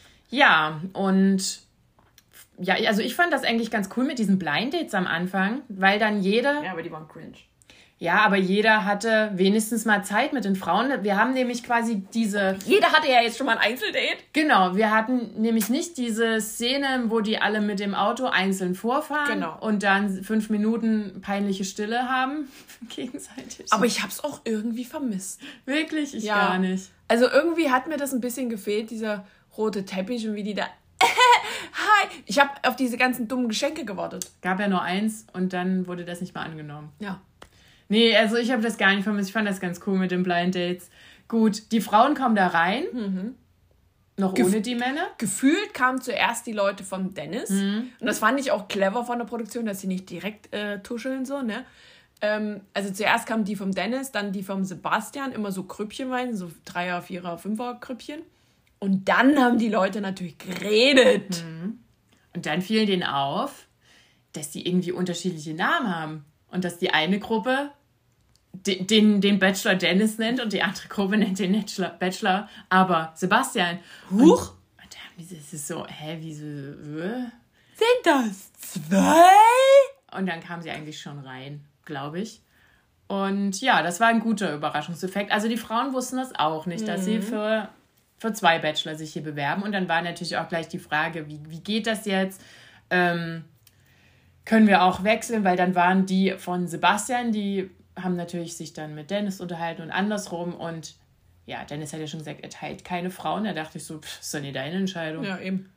Ja, und ja, also ich fand das eigentlich ganz cool mit diesen Blind Dates am Anfang, weil dann jeder... Ja, aber die waren cringe. Ja, aber jeder hatte wenigstens mal Zeit mit den Frauen. Wir haben nämlich quasi diese... Jeder hatte ja jetzt schon mal ein Einzeldate. Genau, wir hatten nämlich nicht diese Szene, wo die alle mit dem Auto einzeln vorfahren genau. und dann fünf Minuten peinliche Stille haben gegenseitig. Aber ich hab's auch irgendwie vermisst. Wirklich? Ich ja. gar nicht. Also irgendwie hat mir das ein bisschen gefehlt, dieser rote Teppich und wie die da... Hi! Ich habe auf diese ganzen dummen Geschenke gewartet. Gab ja nur eins und dann wurde das nicht mal angenommen. Ja. Nee, also ich habe das gar nicht vermisst. Ich fand das ganz cool mit den Blind Dates. Gut, die Frauen kommen da rein. Mhm. Noch Gef- ohne die Männer. Gefühlt kamen zuerst die Leute von Dennis. Mhm. Und das fand ich auch clever von der Produktion, dass sie nicht direkt äh, tuscheln so, ne? Ähm, also zuerst kamen die vom Dennis, dann die vom Sebastian, immer so Krüppchenweise, so Dreier-, Vierer-, Fünfer-Krüppchen. Und dann haben die Leute natürlich geredet. Mhm. Und dann fiel denen auf, dass die irgendwie unterschiedliche Namen haben. Und dass die eine Gruppe den, den Bachelor Dennis nennt und die andere Gruppe nennt den Bachelor aber Sebastian. Huch! Und, und dann ist es so, hä, wieso? Äh? Sind das zwei? Und dann kam sie eigentlich schon rein, glaube ich. Und ja, das war ein guter Überraschungseffekt. Also die Frauen wussten das auch nicht, mhm. dass sie für, für zwei Bachelor sich hier bewerben. Und dann war natürlich auch gleich die Frage, wie, wie geht das jetzt? Ähm, können wir auch wechseln, weil dann waren die von Sebastian, die haben natürlich sich dann mit Dennis unterhalten und andersrum. Und ja, Dennis hat ja schon gesagt, er teilt keine Frauen. Da dachte ich so, pff, ist doch nicht deine Entscheidung. Ja, eben.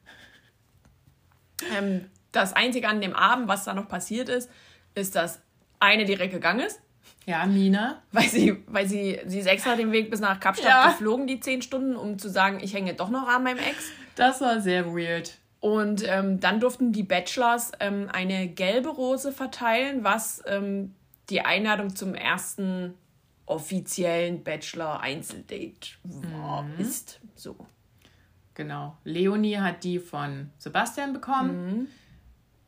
Ähm, das Einzige an dem Abend, was da noch passiert ist, ist, dass eine direkt gegangen ist. Ja, Mina. Weil sie, weil sie, sie ist extra den Weg bis nach Kapstadt ja. geflogen, die zehn Stunden, um zu sagen, ich hänge doch noch an meinem Ex. Das war sehr weird. Und ähm, dann durften die Bachelors ähm, eine gelbe Rose verteilen, was ähm, die Einladung zum ersten offiziellen Bachelor-Einzeldate war, mhm. ist. So. Genau. Leonie hat die von Sebastian bekommen. Mhm.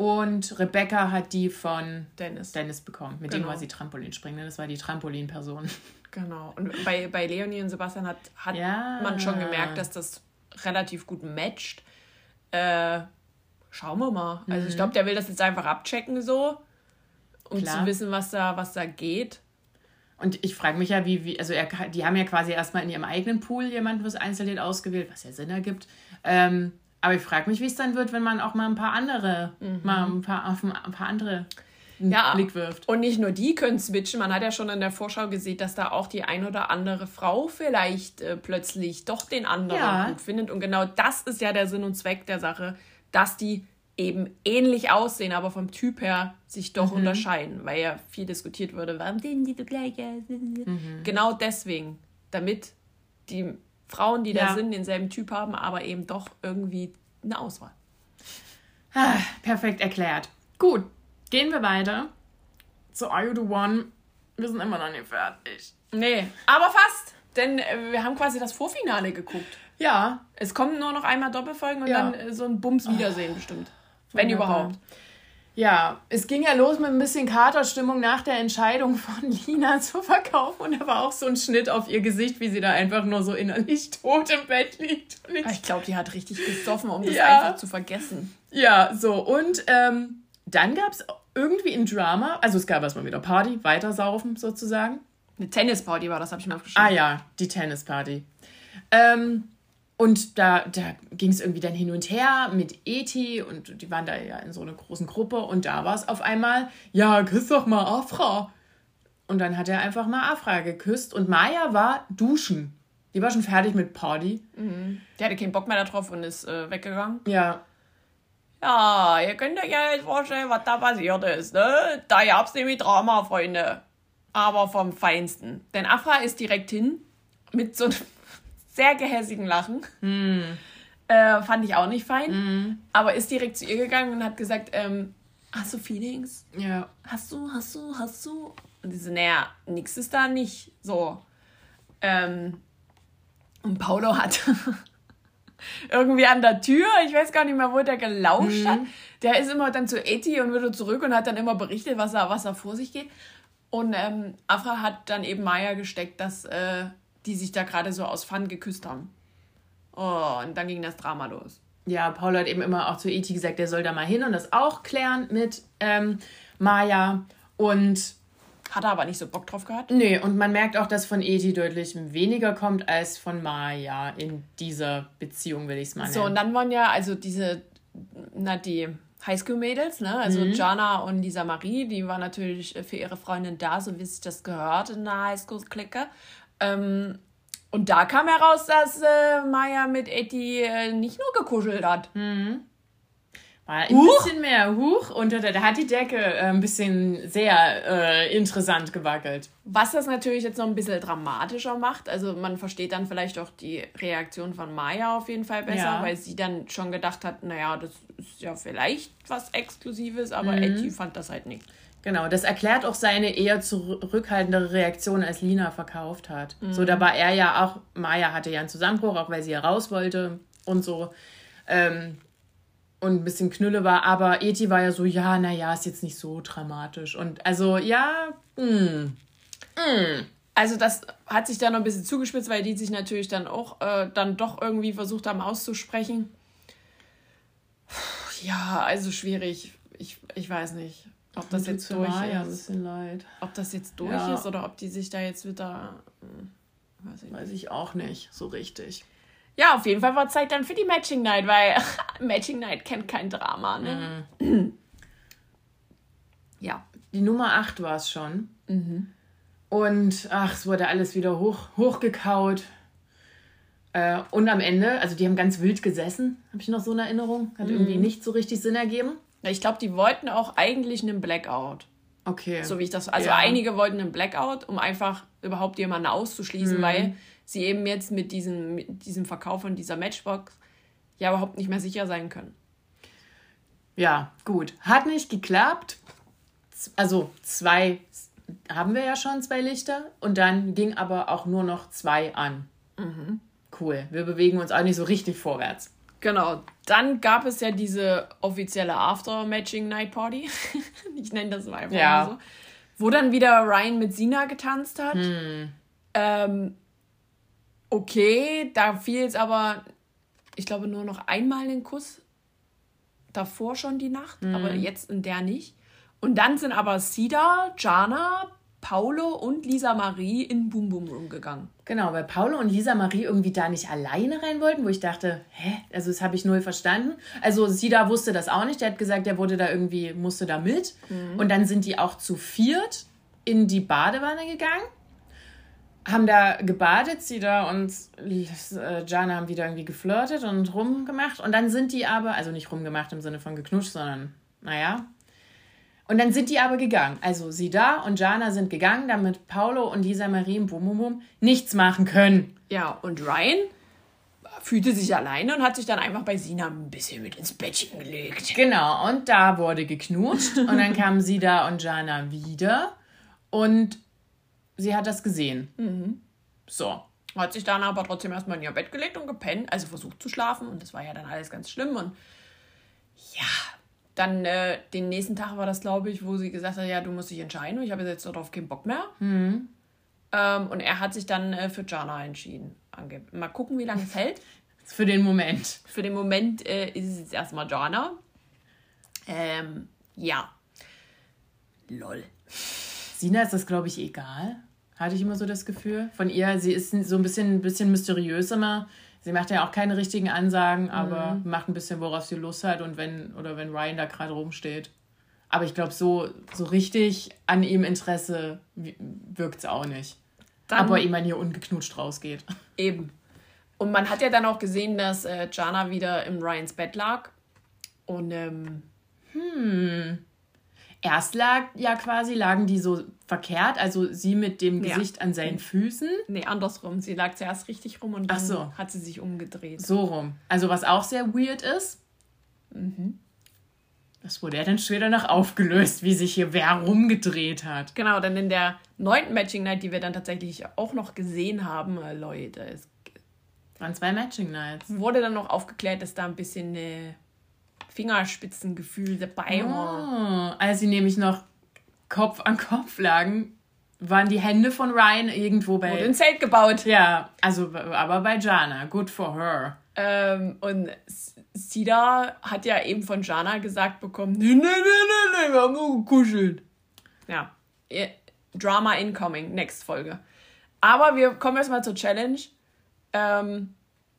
Und Rebecca hat die von Dennis, Dennis bekommen. Mit genau. dem war sie Trampolinspringen. Das war die Trampolinperson. Genau. Und bei, bei Leonie und Sebastian hat, hat ja. man schon gemerkt, dass das relativ gut matcht. Äh, schauen wir mal. Also ich glaube, der will das jetzt einfach abchecken so, um Klar. zu wissen, was da, was da geht. Und ich frage mich ja, wie, wie also er, die haben ja quasi erstmal in ihrem eigenen Pool jemanden fürs Einzellied ausgewählt, was ja Sinn ergibt. Ähm, aber ich frage mich, wie es dann wird, wenn man auch mal ein paar andere, mhm. mal ein paar, auf ein paar andere ja, Blick wirft. Und nicht nur die können switchen, man hat ja schon in der Vorschau gesehen, dass da auch die ein oder andere Frau vielleicht äh, plötzlich doch den anderen ja. gut findet. Und genau das ist ja der Sinn und Zweck der Sache, dass die eben ähnlich aussehen, aber vom Typ her sich doch mhm. unterscheiden, weil ja viel diskutiert wurde, warum sehen die so gleich aus? Mhm. Genau deswegen, damit die Frauen, die ja. da sind, denselben Typ haben, aber eben doch irgendwie eine Auswahl. Ah, perfekt erklärt. Gut, gehen wir weiter zu Are You The One? Wir sind immer noch nicht fertig. Nee, aber fast, denn äh, wir haben quasi das Vorfinale geguckt. Ja. Es kommen nur noch einmal Doppelfolgen und ja. dann äh, so ein Bums-Wiedersehen oh. bestimmt. Wenn überhaupt. Ja, es ging ja los mit ein bisschen Katerstimmung nach der Entscheidung von Lina zu verkaufen. Und da war auch so ein Schnitt auf ihr Gesicht, wie sie da einfach nur so innerlich tot im Bett liegt. Und ich ich glaube, die hat richtig gesoffen, um das ja. einfach zu vergessen. Ja, so. Und ähm, dann gab es irgendwie ein Drama. Also es gab erstmal wieder Party, weitersaufen sozusagen. Eine Tennisparty war das, habe ich mir aufgeschrieben. Ah ja, die Tennisparty. Ähm... Und da, da ging es irgendwie dann hin und her mit Eti und die waren da ja in so einer großen Gruppe und da war es auf einmal, ja, küss doch mal Afra. Und dann hat er einfach mal Afra geküsst und Maya war duschen. Die war schon fertig mit Party. Mhm. Die hatte keinen Bock mehr darauf und ist äh, weggegangen. Ja. Ja, ihr könnt euch ja jetzt vorstellen, was da passiert ist, ne? Da gab's nämlich Drama, Freunde. Aber vom Feinsten. Denn Afra ist direkt hin mit so einem sehr gehässigen Lachen. Mm. Äh, fand ich auch nicht fein. Mm. Aber ist direkt zu ihr gegangen und hat gesagt, ähm, hast du Feelings? Ja. Hast du, hast du, hast du? Und die so, naja, nix ist da nicht. So. Ähm, und Paolo hat irgendwie an der Tür, ich weiß gar nicht mehr, wo der gelauscht mm. hat. Der ist immer dann zu Eti und wieder zurück und hat dann immer berichtet, was da was er vor sich geht. Und ähm, Afra hat dann eben Maya gesteckt, dass äh, die sich da gerade so aus Fun geküsst haben. Oh, und dann ging das Drama los. Ja, Paul hat eben immer auch zu Eti gesagt, der soll da mal hin und das auch klären mit ähm, Maya. Und hat er aber nicht so Bock drauf gehabt? Nee, und man merkt auch, dass von Eti deutlich weniger kommt als von Maya in dieser Beziehung, will ich es mal nennen. So, und dann waren ja also diese, na, die Highschool-Mädels, ne? Also mhm. Jana und Lisa Marie, die war natürlich für ihre Freundin da, so wie sich das gehört in der Highschool-Clique. Ähm, und da kam heraus, dass äh, Maya mit Eti äh, nicht nur gekuschelt hat. Mhm. War ein Huch. bisschen mehr. Huch, und da, da hat die Decke äh, ein bisschen sehr äh, interessant gewackelt. Was das natürlich jetzt noch ein bisschen dramatischer macht. Also man versteht dann vielleicht auch die Reaktion von Maya auf jeden Fall besser, ja. weil sie dann schon gedacht hat, naja, das ist ja vielleicht was Exklusives, aber mhm. Eti fand das halt nicht. Genau, das erklärt auch seine eher zurückhaltendere Reaktion, als Lina verkauft hat. Mhm. So, da war er ja auch, Maya hatte ja einen Zusammenbruch, auch weil sie ja raus wollte und so. Ähm, und ein bisschen Knülle war, aber Eti war ja so, ja, naja, ist jetzt nicht so dramatisch. Und also, ja, mh, mh. Also das hat sich dann noch ein bisschen zugespitzt, weil die sich natürlich dann auch äh, dann doch irgendwie versucht haben auszusprechen. Ja, also schwierig. Ich, ich weiß nicht. Ob das jetzt durch Maya ist. Ein bisschen leid. Ob das jetzt durch ja. ist oder ob die sich da jetzt wieder... Weiß ich, weiß ich auch nicht so richtig. Ja, auf jeden Fall war Zeit dann für die Matching Night, weil Matching Night kennt kein Drama, ne? Mhm. Ja. Die Nummer acht war es schon. Mhm. Und, ach, es wurde alles wieder hoch, hochgekaut. Äh, und am Ende, also die haben ganz wild gesessen, habe ich noch so eine Erinnerung. Hat mhm. irgendwie nicht so richtig Sinn ergeben. Ich glaube, die wollten auch eigentlich einen Blackout. Okay. So wie ich das... Also ja. einige wollten einen Blackout, um einfach überhaupt jemanden auszuschließen, mhm. weil sie eben jetzt mit diesem, mit diesem Verkauf von dieser Matchbox ja überhaupt nicht mehr sicher sein können. Ja, gut. Hat nicht geklappt. Also zwei haben wir ja schon, zwei Lichter. Und dann ging aber auch nur noch zwei an. Mhm. Cool. Wir bewegen uns auch nicht so richtig vorwärts. Genau. Dann gab es ja diese offizielle After-Matching-Night-Party. Ich nenne das mal einfach ja. mal so. Wo dann wieder Ryan mit Sina getanzt hat. Hm. Ähm, okay, da fiel jetzt aber, ich glaube, nur noch einmal den Kuss. Davor schon die Nacht, hm. aber jetzt in der nicht. Und dann sind aber Sida, Jana, Paolo und Lisa Marie in Boom Boom Room gegangen. Genau, weil Paolo und Lisa Marie irgendwie da nicht alleine rein wollten, wo ich dachte, hä, also das habe ich null verstanden. Also Sida wusste das auch nicht, der hat gesagt, der wurde da irgendwie, musste da mit. Mhm. Und dann sind die auch zu viert in die Badewanne gegangen, haben da gebadet, Sida und äh, Jana haben wieder irgendwie geflirtet und rumgemacht. Und dann sind die aber, also nicht rumgemacht im Sinne von geknutscht, sondern, naja... Und dann sind die aber gegangen. Also Sida und Jana sind gegangen, damit Paolo und Lisa Marie im Bum Bum Bum nichts machen können. Ja, und Ryan fühlte sich alleine und hat sich dann einfach bei Sina ein bisschen mit ins Bettchen gelegt. Genau, und da wurde geknutscht. Und dann kamen Sida und Jana wieder. Und sie hat das gesehen. Mhm. So. Hat sich dann aber trotzdem erstmal in ihr Bett gelegt und gepennt. Also versucht zu schlafen. Und das war ja dann alles ganz schlimm. Und ja... Dann äh, den nächsten Tag war das, glaube ich, wo sie gesagt hat, ja, du musst dich entscheiden. Ich habe jetzt darauf keinen Bock mehr. Mhm. Ähm, und er hat sich dann äh, für Jana entschieden. Ange- Mal gucken, wie lange es hält. Für den Moment. Für den Moment äh, ist es jetzt erstmal Jana. Ähm, ja. Lol. Sina ist das, glaube ich, egal. Hatte ich immer so das Gefühl. Von ihr, sie ist so ein bisschen, ein bisschen mysteriös immer. Sie macht ja auch keine richtigen Ansagen, aber mhm. macht ein bisschen, worauf sie Lust hat und wenn, oder wenn Ryan da gerade rumsteht. Aber ich glaube, so, so richtig an ihm Interesse wirkt es auch nicht. Dann, aber ihm man hier ungeknutscht rausgeht. Eben. Und man hat ja dann auch gesehen, dass äh, Jana wieder im Ryans Bett lag. Und, ähm... Hm... Erst lag ja quasi, lagen die so verkehrt, also sie mit dem Gesicht ja. an seinen Füßen. Nee, andersrum. Sie lag zuerst richtig rum und dann so. hat sie sich umgedreht. So rum. Also was auch sehr weird ist. Mhm. Das wurde ja dann später noch aufgelöst, wie sich hier wer rumgedreht hat. Genau, dann in der neunten Matching Night, die wir dann tatsächlich auch noch gesehen haben, äh, Leute, es waren zwei Matching Nights. Wurde dann noch aufgeklärt, dass da ein bisschen eine Fingerspitzengefühl dabei war. Oh, als sie nämlich noch Kopf an Kopf lagen, waren die Hände von Ryan irgendwo bei... Wurde ein Zelt gebaut. Ja, also aber bei Jana. Good for her. Ähm, und Sida hat ja eben von Jana gesagt bekommen, nee, nee, nee, nee, nee, wir haben nur gekuschelt. Ja, Drama incoming, next Folge. Aber wir kommen erstmal zur Challenge. Ähm,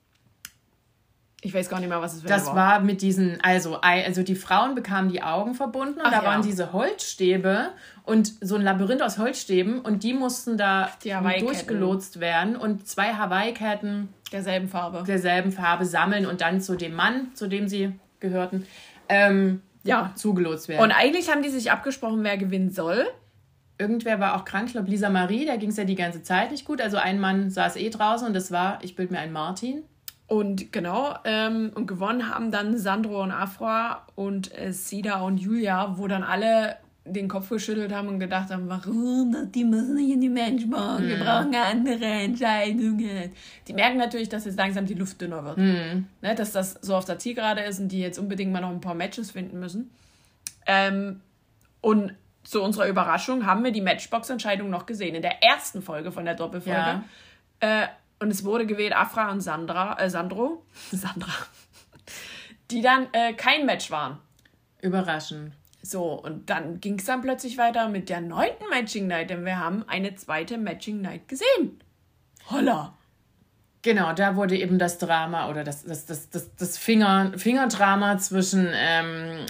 Ich weiß gar nicht mehr, was es für Das war. war mit diesen, also, also die Frauen bekamen die Augen verbunden und Ach, da ja. waren diese Holzstäbe und so ein Labyrinth aus Holzstäben und die mussten da die durchgelotst werden und zwei Hawaii-Ketten derselben Farbe. derselben Farbe sammeln und dann zu dem Mann, zu dem sie gehörten, ähm, ja. zugelotst werden. Und eigentlich haben die sich abgesprochen, wer gewinnen soll. Irgendwer war auch krank, ich glaube Lisa Marie, da ging es ja die ganze Zeit nicht gut. Also ein Mann saß eh draußen und das war, ich bilde mir einen Martin. Und genau, ähm, und gewonnen haben dann Sandro und Afra und äh, Sida und Julia, wo dann alle den Kopf geschüttelt haben und gedacht haben, warum, die müssen nicht in die Matchbox, mm. wir brauchen andere Entscheidungen. Die merken natürlich, dass jetzt langsam die Luft dünner wird. Mm. Ne, dass das so auf der Zielgerade ist und die jetzt unbedingt mal noch ein paar Matches finden müssen. Ähm, und zu unserer Überraschung haben wir die Matchbox-Entscheidung noch gesehen, in der ersten Folge von der Doppelfolge. Ja. Äh, Und es wurde gewählt Afra und Sandra, äh, Sandro, Sandra, die dann äh, kein Match waren. Überraschend. So, und dann ging es dann plötzlich weiter mit der neunten Matching Night, denn wir haben eine zweite Matching Night gesehen. Holla! Genau, da wurde eben das Drama oder das, das, das, das, das Finger, Fingerdrama zwischen ähm,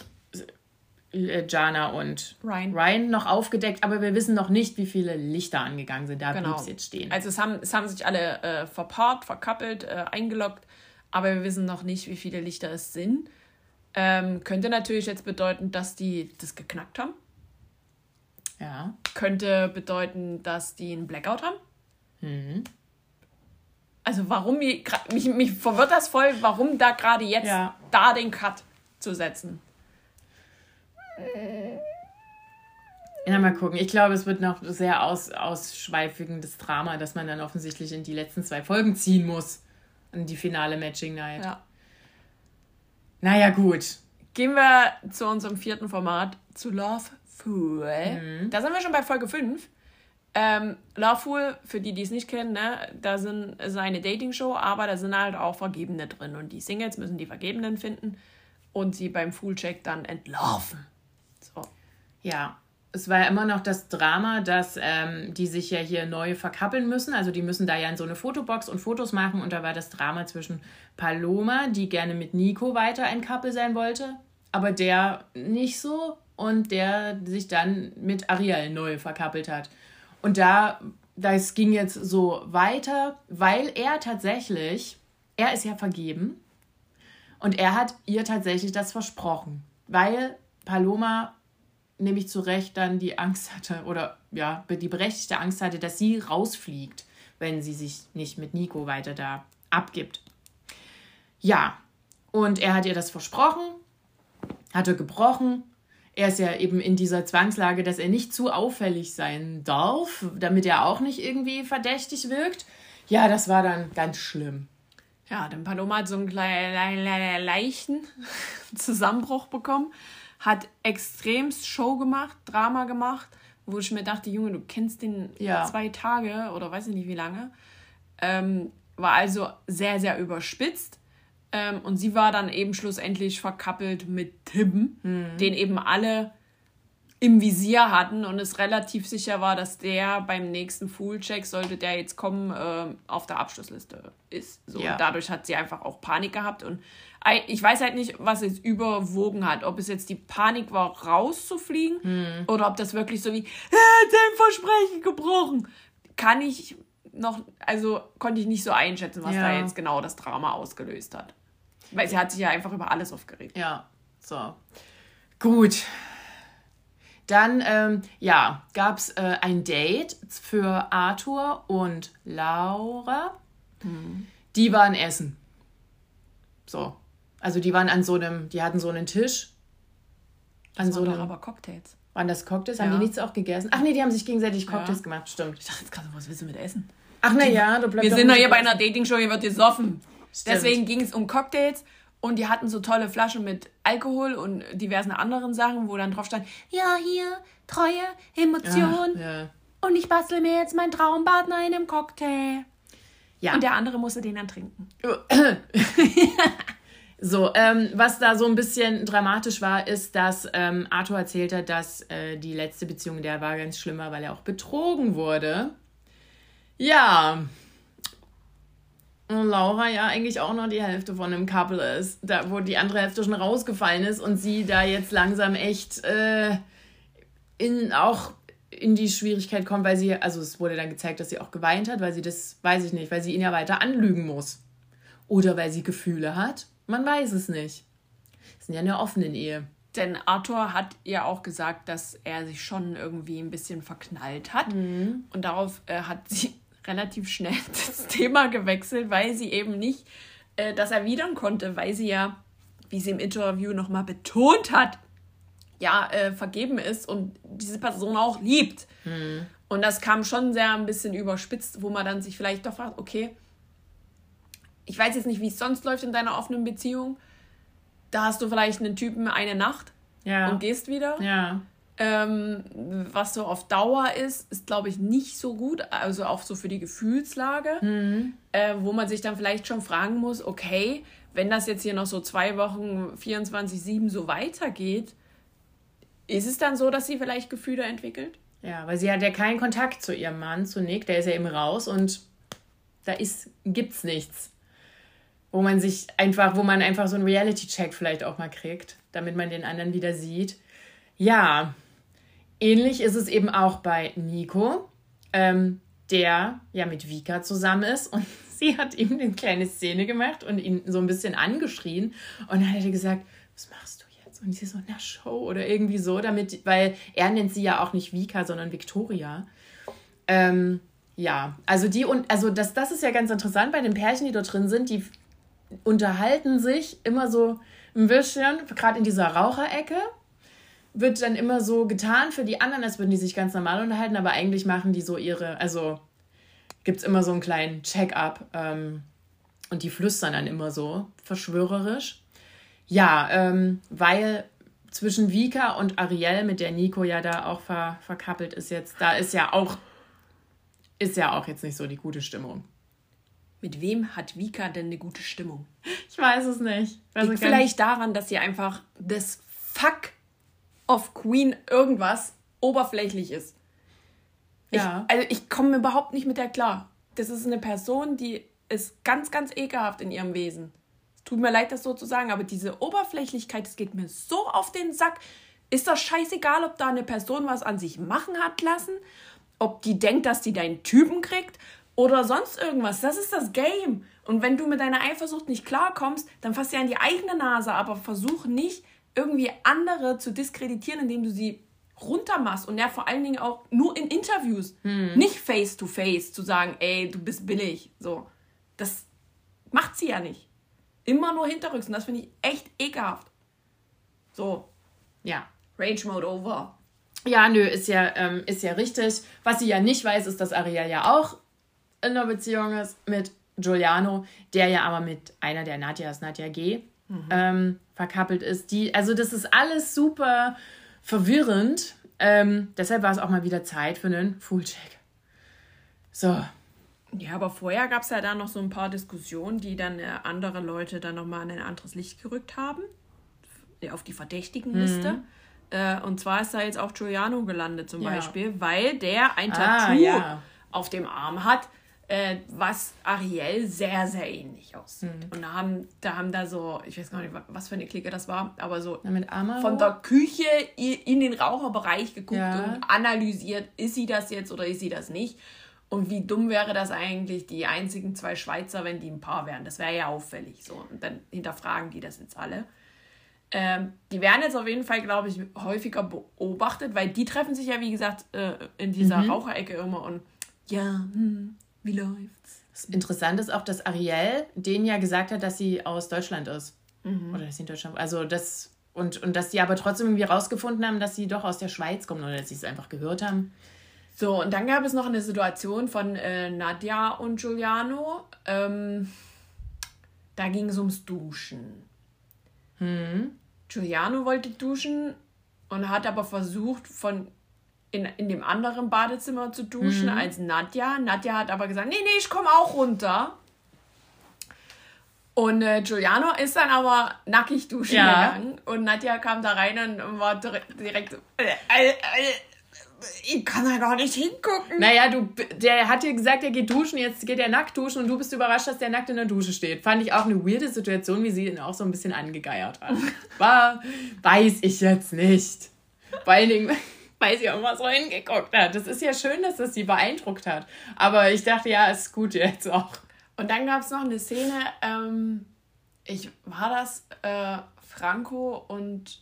Jana und Ryan. Ryan noch aufgedeckt, aber wir wissen noch nicht, wie viele Lichter angegangen sind. Da genau. blieb es jetzt stehen. Also es haben, es haben sich alle äh, verpaart, verkappelt, äh, eingeloggt, aber wir wissen noch nicht, wie viele Lichter es sind. Ähm, könnte natürlich jetzt bedeuten, dass die das geknackt haben. Ja. Könnte bedeuten, dass die einen Blackout haben. Mhm. Also warum, mich, mich, mich verwirrt das voll, warum da gerade jetzt ja. da den Cut zu setzen. Ja, mal gucken. Ich glaube, es wird noch sehr aus, ausschweifigendes Drama, das man dann offensichtlich in die letzten zwei Folgen ziehen muss. In die finale Matching Night. Ja. Naja, gut. Gehen wir zu unserem vierten Format, zu Loveful. Mhm. Da sind wir schon bei Folge fünf. Ähm, Loveful, für die, die es nicht kennen, ne, da sind, ist eine Dating-Show, aber da sind halt auch Vergebene drin. Und die Singles müssen die Vergebenen finden und sie beim Fool-Check dann entlaufen. So. Ja, es war ja immer noch das Drama, dass ähm, die sich ja hier neu verkappeln müssen. Also die müssen da ja in so eine Fotobox und Fotos machen. Und da war das Drama zwischen Paloma, die gerne mit Nico weiter ein Couple sein wollte, aber der nicht so. Und der sich dann mit Ariel neu verkappelt hat. Und da, das ging jetzt so weiter, weil er tatsächlich, er ist ja vergeben. Und er hat ihr tatsächlich das versprochen. Weil Paloma nämlich zu Recht dann die Angst hatte, oder ja, die berechtigte Angst hatte, dass sie rausfliegt, wenn sie sich nicht mit Nico weiter da abgibt. Ja, und er hat ihr das versprochen, hatte gebrochen. Er ist ja eben in dieser Zwangslage, dass er nicht zu auffällig sein darf, damit er auch nicht irgendwie verdächtig wirkt. Ja, das war dann ganz schlimm. Ja, denn Paloma hat so einen kleinen, leichten Zusammenbruch bekommen, hat extremst Show gemacht, Drama gemacht, wo ich mir dachte, Junge, du kennst den ja. zwei Tage oder weiß ich nicht wie lange. Ähm, war also sehr, sehr überspitzt. Ähm, und sie war dann eben schlussendlich verkappelt mit Tim, mhm. den eben alle im Visier hatten und es relativ sicher war, dass der beim nächsten Fool-Check, sollte der jetzt kommen, äh, auf der Abschlussliste ist. So, ja. Und dadurch hat sie einfach auch Panik gehabt. Und ich weiß halt nicht, was jetzt überwogen hat. Ob es jetzt die Panik war, rauszufliegen mhm. oder ob das wirklich so wie, dein Versprechen gebrochen. Kann ich noch, also konnte ich nicht so einschätzen, was ja. da jetzt genau das Drama ausgelöst hat. Weil sie hat sich ja einfach über alles aufgeregt. Ja, so. Gut. Dann, ähm, ja, gab es äh, ein Date für Arthur und Laura. Mhm. Die waren essen. So. Also die waren an so einem, die hatten so einen Tisch. An das so waren einem, doch aber Cocktails. Waren das Cocktails? Ja. Haben die nichts auch gegessen? Ach nee, die haben sich gegenseitig Cocktails ja. gemacht, stimmt. Ich dachte jetzt gerade, was willst du mit Essen? Ach na ja, du bleibst. Wir sind doch hier bei einer Dating-Show, hier wird gesoffen. Stimmt. Deswegen ging es um Cocktails. Und die hatten so tolle Flaschen mit Alkohol und diversen anderen Sachen, wo dann drauf stand, ja, hier, Treue, Emotion. Ja, ja. Und ich bastel mir jetzt meinen Traumpartner in einem Cocktail. Ja. Und der andere musste den dann trinken. So, ähm, was da so ein bisschen dramatisch war, ist, dass ähm, Arthur erzählt hat, dass äh, die letzte Beziehung, der war ganz schlimm, weil er auch betrogen wurde. Ja. Und Laura ja eigentlich auch noch die Hälfte von einem Couple ist, da, wo die andere Hälfte schon rausgefallen ist und sie da jetzt langsam echt äh, in, auch in die Schwierigkeit kommt, weil sie, also es wurde dann gezeigt, dass sie auch geweint hat, weil sie das, weiß ich nicht, weil sie ihn ja weiter anlügen muss. Oder weil sie Gefühle hat. Man weiß es nicht. Sie sind ja in einer offenen Ehe. Denn Arthur hat ja auch gesagt, dass er sich schon irgendwie ein bisschen verknallt hat. Mhm. Und darauf äh, hat sie relativ schnell das Thema gewechselt, weil sie eben nicht äh, das erwidern konnte, weil sie ja, wie sie im Interview nochmal betont hat, ja, äh, vergeben ist und diese Person auch liebt. Mhm. Und das kam schon sehr ein bisschen überspitzt, wo man dann sich vielleicht doch fragt, okay, ich weiß jetzt nicht, wie es sonst läuft in deiner offenen Beziehung. Da hast du vielleicht einen Typen eine Nacht ja. und gehst wieder. Ja. Ähm, was so auf Dauer ist, ist, glaube ich, nicht so gut, also auch so für die Gefühlslage, mhm. äh, wo man sich dann vielleicht schon fragen muss, okay, wenn das jetzt hier noch so zwei Wochen vierundzwanzig sieben so weitergeht, ist es dann so, dass sie vielleicht Gefühle entwickelt? Ja, weil sie hat ja keinen Kontakt zu ihrem Mann, zu Nick, der ist ja eben raus und da ist, gibt's nichts. Wo man sich einfach, wo man einfach so einen Reality-Check vielleicht auch mal kriegt, damit man den anderen wieder sieht. Ja, ähnlich ist es eben auch bei Nico, ähm, der ja mit Vika zusammen ist und sie hat ihm eine kleine Szene gemacht und ihn so ein bisschen angeschrien und dann hat er gesagt, was machst du jetzt? Und sie so, na Show oder irgendwie so, damit, weil er nennt sie ja auch nicht Vika, sondern Victoria. Ähm, ja, also die und also das, das ist ja ganz interessant bei den Pärchen, die dort drin sind, die unterhalten sich immer so ein bisschen, gerade in dieser Raucherecke, wird dann immer so getan für die anderen, als würden die sich ganz normal unterhalten, aber eigentlich machen die so ihre, also gibt es immer so einen kleinen Check-up ähm, und die flüstern dann immer so verschwörerisch. Ja, ähm, weil zwischen Vika und Ariel, mit der Nico ja da auch ver, verkappelt ist jetzt, da ist ja auch ist ja auch jetzt nicht so die gute Stimmung. Mit wem hat Vika denn eine gute Stimmung? Ich weiß es nicht. Also Liegt vielleicht daran, dass sie einfach das Fuck of Queen irgendwas oberflächlich ist. Ja. Ich, also ich komme überhaupt nicht mit der klar. Das ist eine Person, die ist ganz, ganz ekelhaft in ihrem Wesen. Es tut mir leid, das so zu sagen, aber diese Oberflächlichkeit, das geht mir so auf den Sack. Ist das scheißegal, ob da eine Person was an sich machen hat lassen, ob die denkt, dass die deinen Typen kriegt oder sonst irgendwas. Das ist das Game. Und wenn du mit deiner Eifersucht nicht klarkommst, dann fass dir an die eigene Nase, aber versuch nicht, irgendwie andere zu diskreditieren, indem du sie runtermachst. Und ja, vor allen Dingen auch nur in Interviews. Hm. Nicht face to face zu sagen, ey, du bist billig. So. Das macht sie ja nicht. Immer nur hinterrücks. Und das finde ich echt ekelhaft. So. Ja. Rage Mode over. Ja, nö, ist ja, ähm, ist ja richtig. Was sie ja nicht weiß, ist, dass Ariel ja auch in einer Beziehung ist mit Giuliano, der ja aber mit einer der Nadjas, Nadja G., mhm. ähm, verkappelt ist. Die, also das ist alles super verwirrend. Ähm, deshalb war es auch mal wieder Zeit für einen Full-Check. So. Ja, aber vorher gab es ja da noch so ein paar Diskussionen, die dann äh, andere Leute dann nochmal in ein anderes Licht gerückt haben. Auf die Verdächtigenliste. Mhm. Äh, und zwar ist da jetzt auch Giuliano gelandet zum ja. Beispiel, weil der ein Tattoo ah, ja. auf dem Arm hat, äh, was Ariel sehr, sehr ähnlich aussieht. Mhm. Und da haben, da haben da so, ich weiß gar nicht, was für eine Clique das war, aber so Na, mit von der Küche in den Raucherbereich geguckt ja. und analysiert, ist sie das jetzt oder ist sie das nicht? Und wie dumm wäre das eigentlich, die einzigen zwei Schweizer, wenn die ein Paar wären? Das wäre ja auffällig. So. Und dann hinterfragen die das jetzt alle. Ähm, die werden jetzt auf jeden Fall, glaube ich, häufiger beobachtet, weil die treffen sich ja, wie gesagt, äh, in dieser mhm. Raucherecke immer und ja, hm, wie läuft's? Das Interessante ist auch, dass Ariel denen ja gesagt hat, dass sie aus Deutschland ist. Mhm. Oder dass sie in Deutschland, also das, und, und dass die aber trotzdem irgendwie rausgefunden haben, dass sie doch aus der Schweiz kommen oder dass sie es einfach gehört haben. So, und dann gab es noch eine Situation von äh, Nadja und Giuliano. Ähm, da ging es ums Duschen. Hm. Giuliano wollte duschen und hat aber versucht, von in, in dem anderen Badezimmer zu duschen mhm. als Nadja. Nadja hat aber gesagt, nee, nee, ich komme auch runter. Und äh, Giuliano ist dann aber nackig duschen ja. gegangen. Und Nadja kam da rein und war direkt, direkt äh, äh, äh, ich kann da gar nicht hingucken. Naja, du, der hat dir gesagt, er geht duschen, jetzt geht er nackt duschen und du bist überrascht, dass der nackt in der Dusche steht. Fand ich auch eine weirde Situation, wie sie ihn auch so ein bisschen angegeiert hat. War, weiß ich jetzt nicht. Vor allen Dingen, weil sie auch mal so hingeguckt hat. Das ist ja schön, dass das sie beeindruckt hat. Aber ich dachte, ja, ist gut jetzt auch. Und dann gab es noch eine Szene, ähm, ich, war das äh, Franco und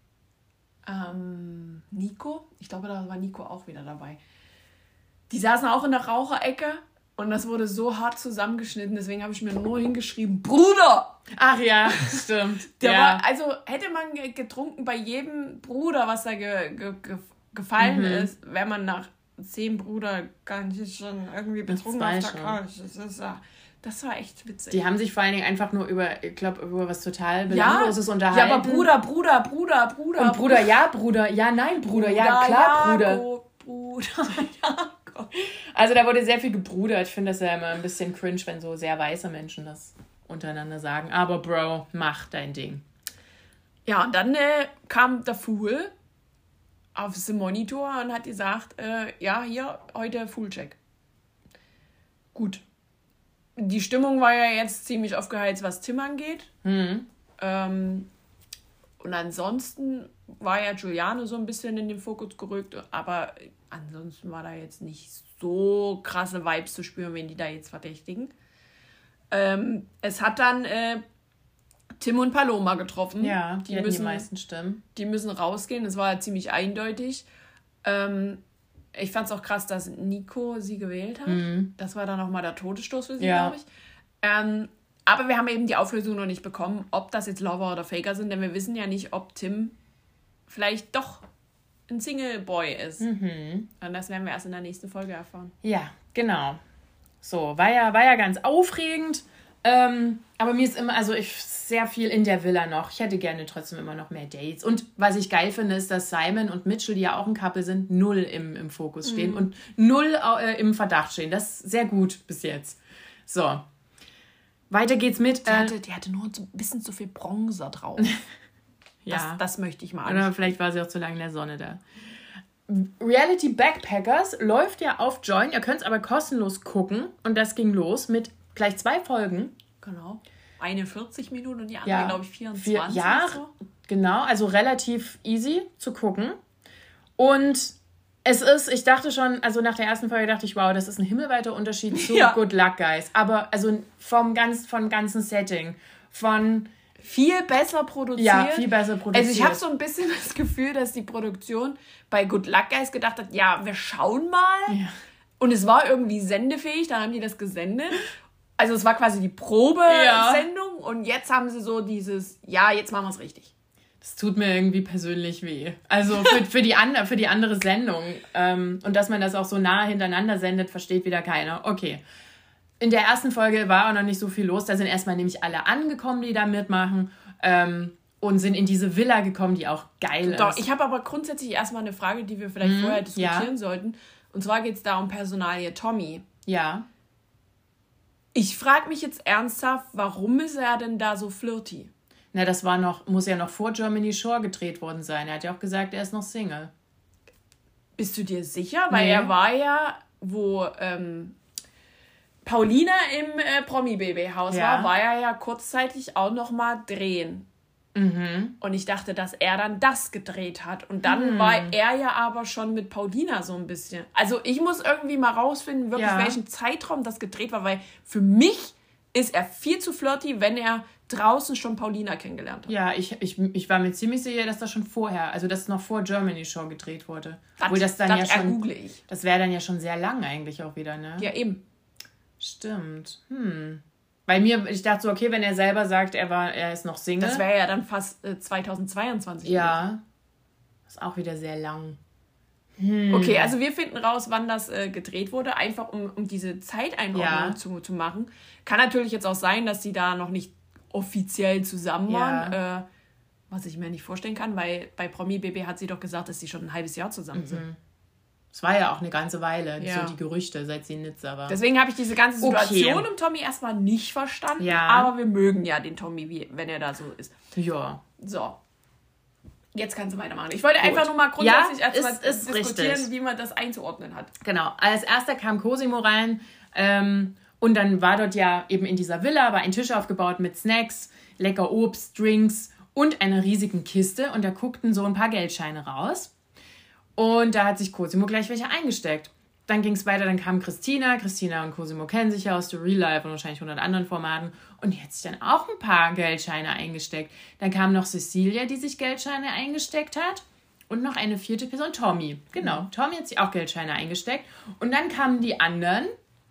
Ähm, Nico, ich glaube, da war Nico auch wieder dabei. Die saßen auch in der Raucherecke und das wurde so hart zusammengeschnitten, deswegen habe ich mir nur hingeschrieben, Bruder! Ach ja, stimmt. Der ja. war, also hätte man getrunken bei jedem Bruder, was da ge, ge, ge, gefallen mhm. ist, wäre man nach zehn Bruder gar nicht schon irgendwie betrunken auf der Couch. Das ist ja... Das war echt witzig. Die haben sich vor allen Dingen einfach nur über, ich glaube, über was total Belangloses ja, unterhalten. Ja, aber Bruder, Bruder, Bruder, Bruder. Und Bruder, ja, Bruder, ja, nein, Bruder, Bruder ja, klar, Bruder. Jakob, Bruder, Jakob. Also da wurde sehr viel gebrudert. Ich finde das ja immer ein bisschen cringe, wenn so sehr weiße Menschen das untereinander sagen. Aber Bro, mach dein Ding. Ja, und dann äh, kam der Fool aufs Monitor und hat gesagt, äh, ja, hier, heute Full-Check. Gut. Die Stimmung war ja jetzt ziemlich aufgeheizt, was Tim angeht. Mhm. Ähm, und ansonsten war ja Giuliano so ein bisschen in den Fokus gerückt, aber ansonsten war da jetzt nicht so krasse Vibes zu spüren, wenn die da jetzt verdächtigen. Ähm, es hat dann äh, Tim und Paloma getroffen. Ja, die, die müssen die meisten Stimmen. Die müssen rausgehen, das war ja ziemlich eindeutig. Ähm, Ich fand es auch krass, dass Nico sie gewählt hat. Mhm. Das war dann nochmal der Todesstoß für sie, ja. glaube ich. Ähm, aber wir haben eben die Auflösung noch nicht bekommen, ob das jetzt Lover oder Faker sind, denn wir wissen ja nicht, ob Tim vielleicht doch ein Single-Boy ist. Mhm. Und das werden wir erst in der nächsten Folge erfahren. Ja, genau. So, war ja, war ja ganz aufregend. Ähm, aber mir ist immer, also ich sehr viel in der Villa noch. Ich hätte gerne trotzdem immer noch mehr Dates. Und was ich geil finde, ist, dass Simon und Mitchell, die ja auch ein Couple sind, null im, im Fokus stehen mhm. und null äh, im Verdacht stehen. Das ist sehr gut bis jetzt. So. Weiter geht's mit. Die, äh, hatte, die hatte nur ein bisschen zu viel Bronzer drauf. ja. Das, das möchte ich mal anschauen. Oder vielleicht war sie auch zu lange in der Sonne da. Reality Backpackers läuft ja auf Join. Ihr könnt es aber kostenlos gucken. Und das ging los mit gleich zwei Folgen. Genau. Eine vierzig Minuten und die andere, ja, glaube ich, vierundzwanzig. Vier, ja, so. Genau. Also relativ easy zu gucken. Und es ist, ich dachte schon, also nach der ersten Folge dachte ich, wow, das ist ein himmelweiter Unterschied zu ja. Good Luck Guys. Aber also vom, ganz, vom ganzen Setting, von... Viel besser produziert. Ja, viel besser produziert. Also ich habe so ein bisschen das Gefühl, dass die Produktion bei Good Luck Guys gedacht hat, ja, wir schauen mal. Ja. Und es war irgendwie sendefähig, dann haben die das gesendet. Also es war quasi die Probesendung ja. und jetzt haben sie so dieses, ja, jetzt machen wir es richtig. Das tut mir irgendwie persönlich weh. Also für, für, die, andre, für die andere Sendung. Ähm, und dass man das auch so nah hintereinander sendet, versteht wieder keiner. Okay. In der ersten Folge war auch noch nicht so viel los. Da sind erstmal nämlich alle angekommen, die da mitmachen. Ähm, und sind in diese Villa gekommen, die auch geil Doch, ist. Ich habe aber grundsätzlich erstmal eine Frage, die wir vielleicht mhm, vorher diskutieren ja. sollten. Und zwar geht es da um Personalie Tommy. Ja. Ich frage mich jetzt ernsthaft, warum ist er denn da so flirty? Na, das war noch, muss ja noch vor Germany Shore gedreht worden sein. Er hat ja auch gesagt, er ist noch Single. Bist du dir sicher? Weil nee. er war ja, wo... Ähm, Paulina im äh, Promi-Baby-Haus ja. war, war er ja kurzzeitig auch noch mal drehen. Mhm. Und ich dachte, dass er dann das gedreht hat. Und dann mhm. war er ja aber schon mit Paulina so ein bisschen. Also ich muss irgendwie mal rausfinden, wirklich, ja. welchen Zeitraum das gedreht war, weil für mich ist er viel zu flirty, wenn er draußen schon Paulina kennengelernt hat. Ja, ich, ich, ich war mir ziemlich sicher, dass das schon vorher, also dass noch vor Germany Show gedreht wurde. Das, das dann das ja schon, google ich. Das wäre dann ja schon sehr lang eigentlich auch wieder, ne? Ja, eben. Stimmt. Hm. Bei mir, ich dachte so, okay, wenn er selber sagt, er war, er ist noch Single. Das wäre ja dann fast äh, zweitausendzweiundzwanzig. Ja. Das ist auch wieder sehr lang. Hm. Okay, also wir finden raus, wann das äh, gedreht wurde, einfach um, um diese Zeiteinordnung ja. zu, zu machen. Kann natürlich jetzt auch sein, dass sie da noch nicht offiziell zusammen waren, ja. äh, was ich mir nicht vorstellen kann, weil bei Promi B B hat sie doch gesagt, dass sie schon ein halbes Jahr zusammen mhm. sind. Es war ja auch eine ganze Weile, ja. so die Gerüchte, seit sie in Nizza war. Deswegen habe ich diese ganze Situation okay. im Tommy erstmal nicht verstanden. Ja. Aber wir mögen ja den Tommy, wie, wenn er da so ist. Ja. So. Jetzt kannst du weitermachen. Ich wollte Gut. einfach nur mal grundsätzlich ja, erstmal diskutieren, richtig. wie man das einzuordnen hat. Genau. Als erster kam Cosimo rein ähm, und dann war dort ja eben in dieser Villa, war ein Tisch aufgebaut mit Snacks, lecker Obst, Drinks und einer riesigen Kiste. Und da guckten so ein paar Geldscheine raus. Und da hat sich Cosimo gleich welche eingesteckt. Dann ging es weiter, dann kam Christina. Christina und Cosimo kennen sich ja aus der Real Life und wahrscheinlich hundert anderen Formaten. Und die hat sich dann auch ein paar Geldscheine eingesteckt. Dann kam noch Cecilia, die sich Geldscheine eingesteckt hat. Und noch eine vierte Person, Tommy. Genau, mhm. Tommy hat sich auch Geldscheine eingesteckt. Und dann kamen die anderen.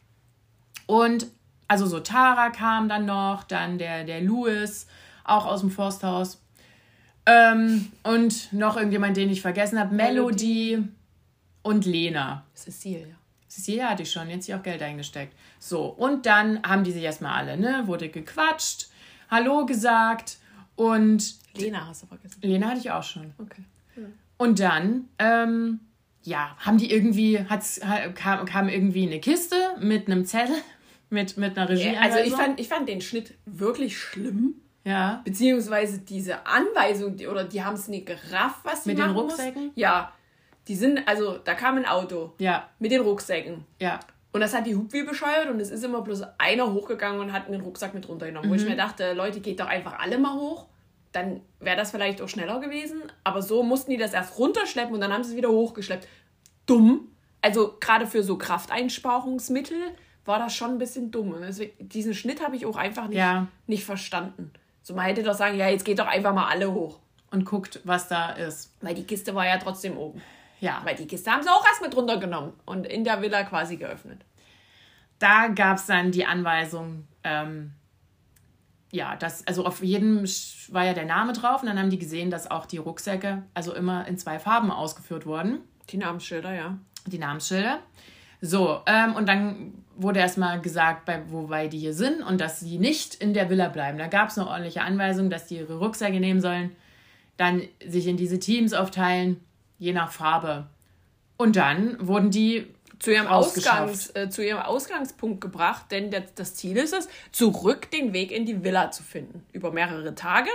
Und also so Tara kam dann noch, dann der, der Louis, auch aus dem Forsthaus. Ähm, und noch irgendjemand, den ich vergessen habe. Melody. Melody und Lena. Cecilia. Cecilia hatte ich schon, jetzt hier auch Geld eingesteckt. So, und dann haben die sich erstmal alle, ne? Wurde gequatscht, Hallo gesagt und... Lena hast du vergessen. Lena hatte ich auch schon. Okay. Ja. Und dann, ähm, ja, haben die irgendwie, hat's, kam, kam irgendwie eine Kiste mit einem Zettel, mit, mit einer Regie. Also ich fand, ich fand den Schnitt wirklich schlimm. Ja. Beziehungsweise diese Anweisung, die, oder die haben es nicht gerafft, was sie mit machen den Rucksäcken? Muss. Ja. Die sind, also da kam ein Auto. Ja. Mit den Rucksäcken. Ja. Und das hat die Hup wie bescheuert und es ist immer bloß einer hochgegangen und hat den Rucksack mit runtergenommen. Mhm. Wo ich mir dachte, Leute, geht doch einfach alle mal hoch. Dann wäre das vielleicht auch schneller gewesen. Aber so mussten die das erst runterschleppen und dann haben sie es wieder hochgeschleppt. Dumm. Also gerade für so Krafteinsparungsmittel war das schon ein bisschen dumm. Und deswegen, diesen Schnitt habe ich auch einfach nicht, ja. nicht verstanden. So, man hätte doch sagen, ja, jetzt geht doch einfach mal alle hoch. Und guckt, was da ist. Weil die Kiste war ja trotzdem oben. Ja. Weil die Kiste haben sie auch erst mit runtergenommen und in der Villa quasi geöffnet. Da gab es dann die Anweisung, ähm, ja, das, also auf jedem war ja der Name drauf und dann haben die gesehen, dass auch die Rucksäcke also immer in zwei Farben ausgeführt wurden. Die Namensschilder, ja. Die Namensschilder. So, ähm, und dann wurde erstmal gesagt, bei, wobei die hier sind und dass sie nicht in der Villa bleiben. Da gab es eine ordentliche Anweisung, dass die ihre Rucksäcke nehmen sollen, dann sich in diese Teams aufteilen, je nach Farbe. Und dann wurden die zu ihrem, Ausgangs, äh, zu ihrem Ausgangspunkt gebracht, denn der, das Ziel ist es, zurück den Weg in die Villa zu finden. Über mehrere Tage.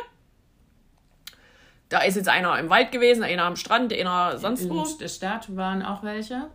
Da ist jetzt einer im Wald gewesen, einer am Strand, einer sonst wo. In der Stadt waren auch welche.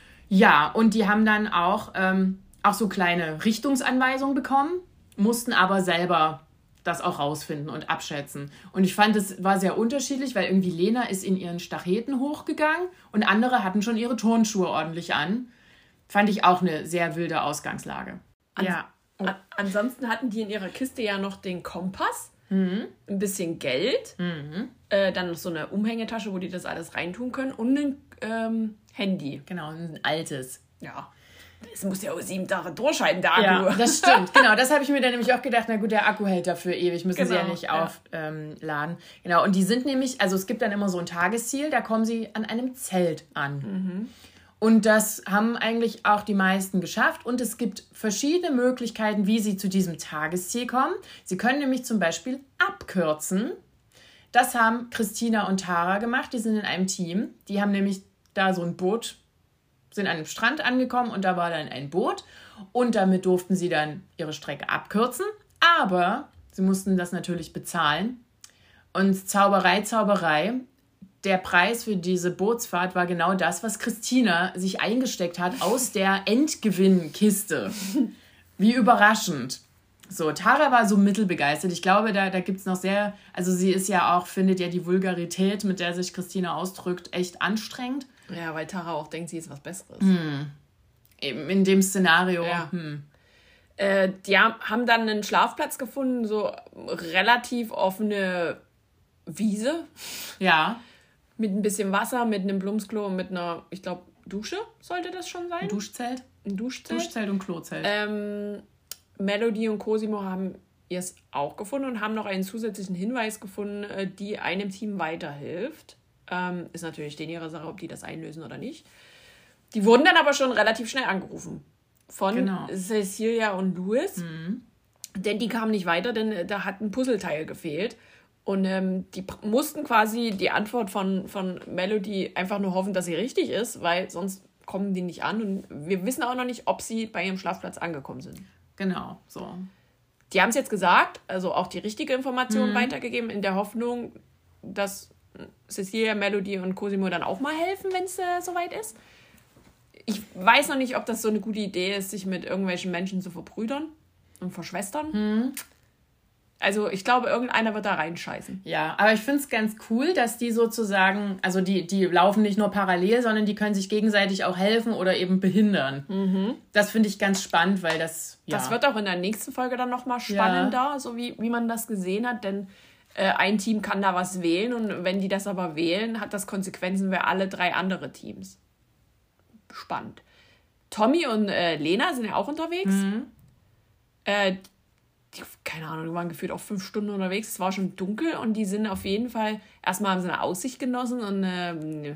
Ja, und die haben dann auch, ähm, auch so kleine Richtungsanweisungen bekommen, mussten aber selber das auch rausfinden und abschätzen. Und ich fand, es war sehr unterschiedlich, weil irgendwie Lena ist in ihren Stacheten hochgegangen und andere hatten schon ihre Turnschuhe ordentlich an. Fand ich auch eine sehr wilde Ausgangslage. An- ja. an- ansonsten hatten die in ihrer Kiste ja noch den Kompass, mhm. ein bisschen Geld, mhm. äh, dann noch so eine Umhängetasche, wo die das alles reintun können und ein ähm, Handy. Genau, ein altes. Ja. Es muss ja auch sieben Tage durchhalten, der Akku. Ja, das stimmt. Genau, das habe ich mir dann nämlich auch gedacht, na gut, der Akku hält dafür ewig, müssen genau, sie ja nicht ja. aufladen. Ähm, genau, und die sind nämlich, also es gibt dann immer so ein Tagesziel, da kommen sie an einem Zelt an. Mhm. Und das haben eigentlich auch die meisten geschafft. Und es gibt verschiedene Möglichkeiten, wie sie zu diesem Tagesziel kommen. Sie können nämlich zum Beispiel abkürzen. Das haben Christina und Tara gemacht, die sind in einem Team. Die haben nämlich da so ein Boot, sind an einem Strand angekommen und da war dann ein Boot und damit durften sie dann ihre Strecke abkürzen, aber sie mussten das natürlich bezahlen und Zauberei, Zauberei, der Preis für diese Bootsfahrt war genau das, was Christina sich eingesteckt hat aus der Endgewinnkiste. Wie überraschend. So, Tara war so mittelbegeistert. Ich glaube, da, da gibt es noch sehr, also sie ist ja auch, findet ja die Vulgarität, mit der sich Christina ausdrückt, echt anstrengend. Ja, weil Tara auch denkt, sie ist was Besseres. Hm. Eben in dem Szenario. Ja. Hm. Äh, die haben dann einen Schlafplatz gefunden, so relativ offene Wiese. Ja. Mit ein bisschen Wasser, mit einem Plumpsklo und mit einer, ich glaube, Dusche sollte das schon sein. Ein Duschzelt? Ein Duschzelt. Duschzelt und Klozelt. Ähm, Melody und Cosimo haben es auch gefunden und haben noch einen zusätzlichen Hinweis gefunden, die einem Team weiterhilft. Ähm, ist natürlich denen ihre Sache, ob die das einlösen oder nicht. Die wurden dann aber schon relativ schnell angerufen. Von genau. Cecilia und Louis. Mhm. Denn die kamen nicht weiter, denn da hat ein Puzzleteil gefehlt. Und ähm, die p- mussten quasi die Antwort von, von Melody einfach nur hoffen, dass sie richtig ist, weil sonst kommen die nicht an. Und wir wissen auch noch nicht, ob sie bei ihrem Schlafplatz angekommen sind. Genau, so. Die haben es jetzt gesagt, also auch die richtige Information mhm. weitergegeben, in der Hoffnung, dass Cecilia, Melody und Cosimo dann auch mal helfen, wenn es äh, soweit ist. Ich weiß noch nicht, ob das so eine gute Idee ist, sich mit irgendwelchen Menschen zu verbrüdern und verschwestern. Mhm. Also ich glaube, irgendeiner wird da reinscheißen. Ja, aber ich finde es ganz cool, dass die sozusagen, also die, die laufen nicht nur parallel, sondern die können sich gegenseitig auch helfen oder eben behindern. Mhm. Das finde ich ganz spannend, weil das... Ja. Das wird auch in der nächsten Folge dann nochmal spannender, ja. so wie, wie man das gesehen hat, denn äh, ein Team kann da was wählen und wenn die das aber wählen, hat das Konsequenzen für alle drei andere Teams. Spannend. Tommy und äh, Lena sind ja auch unterwegs. Mhm. Äh, die, keine Ahnung, die waren gefühlt auch fünf Stunden unterwegs. Es war schon dunkel und die sind auf jeden Fall, erstmal haben sie eine Aussicht genossen und äh,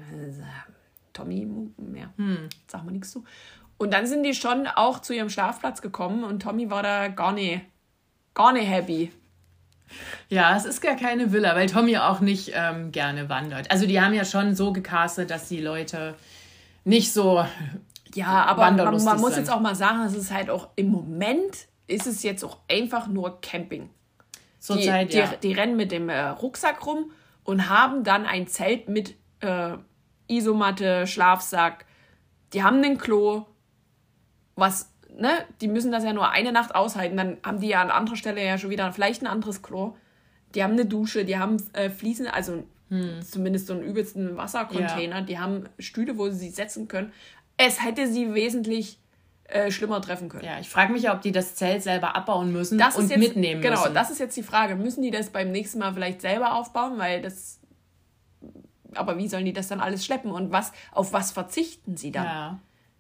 Tommy, ja, hm. sag mal nichts zu. Und dann sind die schon auch zu ihrem Schlafplatz gekommen und Tommy war da gar nicht, gar nicht happy. Ja, es ist gar keine Villa, weil Tommy auch nicht ähm, gerne wandert. Also die haben ja schon so gecastet, dass die Leute nicht so ja, aber man, man muss jetzt auch mal sagen, es ist halt auch im Moment ist es jetzt auch einfach nur Camping. Zur die, Zeit, die, ja. die rennen mit dem äh, Rucksack rum und haben dann ein Zelt mit äh, Isomatte, Schlafsack. Die haben ein Klo, was, ne, die müssen das ja nur eine Nacht aushalten, dann haben die ja an anderer Stelle ja schon wieder vielleicht ein anderes Klo. Die haben eine Dusche, die haben äh, Fliesen, also hm. zumindest so einen übelsten Wassercontainer, ja. Die haben Stühle, wo sie sich setzen können. Es hätte sie wesentlich äh, schlimmer treffen können. Ja, ich frage mich ja, ob die das Zelt selber abbauen müssen das und jetzt, mitnehmen genau, müssen. Genau, das ist jetzt die Frage. Müssen die das beim nächsten Mal vielleicht selber aufbauen? Weil das... Aber wie sollen die das dann alles schleppen? Und was auf was verzichten sie dann? Ja.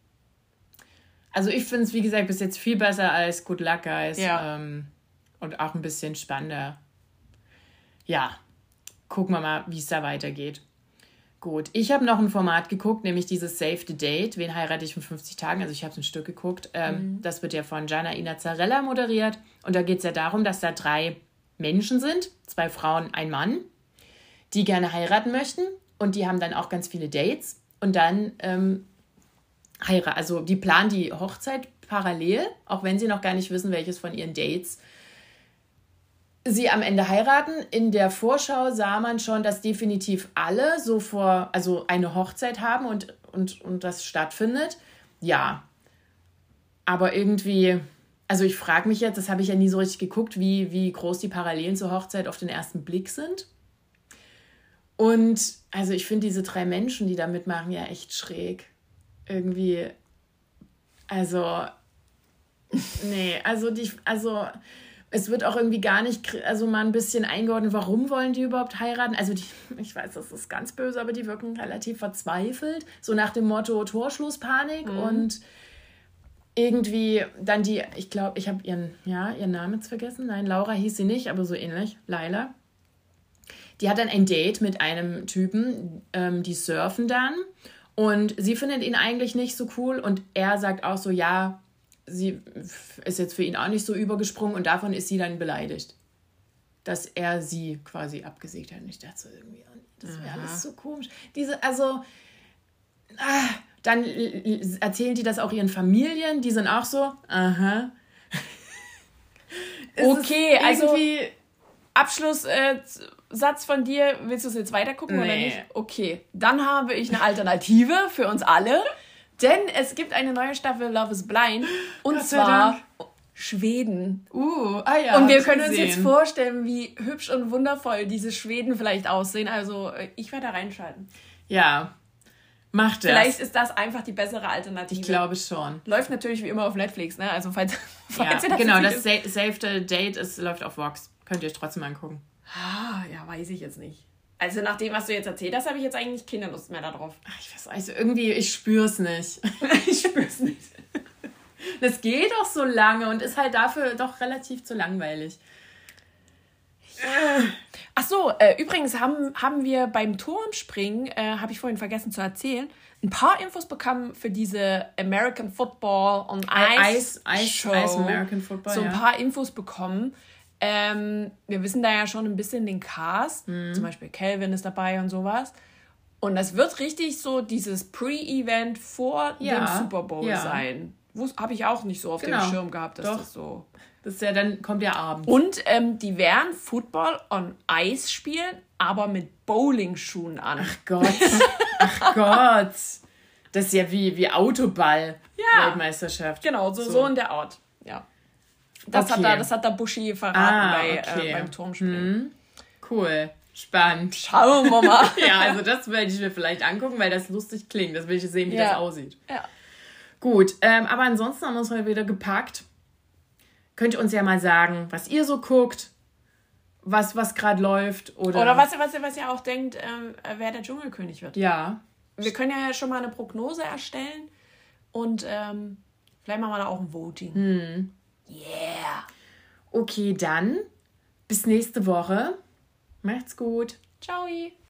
Also ich finde es, wie gesagt, bis jetzt viel besser als Good Luck Guys. Ja. Ähm, und auch ein bisschen spannender. Ja, gucken wir mal, wie es da weitergeht. Gut, ich habe noch ein Format geguckt, nämlich dieses Save the Date. Wen heirate ich in fünfzig Tagen? Also ich habe es ein Stück geguckt. Ähm, mhm. Das wird ja von Gianna Inazzarella moderiert. Und da geht es ja darum, dass da drei Menschen sind, zwei Frauen, ein Mann, die gerne heiraten möchten. Und die haben dann auch ganz viele Dates. Und dann ähm, heiraten. Also die planen die Hochzeit parallel, auch wenn sie noch gar nicht wissen, welches von ihren Dates sie am Ende heiraten. In der Vorschau sah man schon, dass definitiv alle so vor, also eine Hochzeit haben und, und, und das stattfindet. Ja, aber irgendwie, also ich frage mich jetzt, das habe ich ja nie so richtig geguckt, wie, wie groß die Parallelen zur Hochzeit auf den ersten Blick sind. Und also ich finde diese drei Menschen, die da mitmachen, ja echt schräg. Irgendwie, also, nee, also die, also... Es wird auch irgendwie gar nicht, also mal ein bisschen eingeordnet, warum wollen die überhaupt heiraten? Also die, ich weiß, das ist ganz böse, aber die wirken relativ verzweifelt. So nach dem Motto Torschlusspanik mhm. und irgendwie dann die, ich glaube, ich habe ihren, ja, ihren Namen jetzt vergessen. Nein, Laura hieß sie nicht, aber so ähnlich, Laila. Die hat dann ein Date mit einem Typen, ähm, die surfen dann und sie findet ihn eigentlich nicht so cool und er sagt auch so, ja, sie ist jetzt für ihn auch nicht so übergesprungen und davon ist sie dann beleidigt, dass er sie quasi abgesägt hat. Und ich dachte so irgendwie, das wäre alles so komisch. Diese, also, ah, dann erzählen die das auch ihren Familien, die sind auch so, aha. Okay, also Abschlusssatz äh, von dir, willst du es jetzt weiter gucken nee. oder nicht? Okay, dann habe ich eine Alternative für uns alle. Denn es gibt eine neue Staffel Love is Blind und Gott zwar Schweden. Uh, ah ja. Und wir können uns jetzt vorstellen, wie hübsch und wundervoll diese Schweden vielleicht aussehen. Also ich werde da reinschalten. Ja, mach das. Vielleicht ist das einfach die bessere Alternative. Ich glaube schon. Läuft natürlich wie immer auf Netflix, ne? Also falls, falls ja, ihr das genau, das Sa- Save the Date ist, läuft auf Vox. Könnt ihr euch trotzdem angucken. Ah, ja, weiß ich jetzt nicht. Also nach dem, was du jetzt erzählt hast, habe ich jetzt eigentlich keine Lust mehr darauf. Ach, ich weiß also irgendwie, ich spür's nicht. ich spür's nicht. Das geht doch so lange und ist halt dafür doch relativ zu langweilig. Ach so, äh, übrigens haben, haben wir beim Turmspringen, äh, habe ich vorhin vergessen zu erzählen, ein paar Infos bekommen für diese American Football und Ice, Ice, Ice Show. Ice American Football, so ein ja. paar Infos bekommen. Ähm, wir wissen da ja schon ein bisschen den Cast. Mhm. Zum Beispiel Calvin ist dabei und sowas. Und das wird richtig so dieses Pre-Event vor ja. dem Super Bowl ja. sein. Habe ich auch nicht so auf genau. dem Schirm gehabt, dass Doch. das so... Das ist ja, dann kommt ja abends. Und ähm, die werden Football on Ice spielen, aber mit Bowlingschuhen an. Ach Gott. Ach Gott. Das ist ja wie, wie Autoball-Weltmeisterschaft. Ja. Genau, so, so. so in der Art. Ja. Das, okay. hat da, das hat der Buschi verraten ah, bei, okay. äh, beim Turmspringen. Mhm. Cool. Spannend. Schauen wir mal. Ja, also das werde ich mir vielleicht angucken, weil das lustig klingt. Das will ich sehen, wie ja. das aussieht. Ja. Gut, ähm, aber ansonsten haben wir uns heute wieder gepackt. Könnt ihr uns ja mal sagen, was ihr so guckt, was, was gerade läuft. Oder, oder was, was, was ihr auch denkt, ähm, wer der Dschungelkönig wird. Ja. Wir können ja schon mal eine Prognose erstellen und ähm, vielleicht machen wir da auch ein Voting. Hm. Yeah. Okay, dann bis nächste Woche. Macht's gut. Ciao.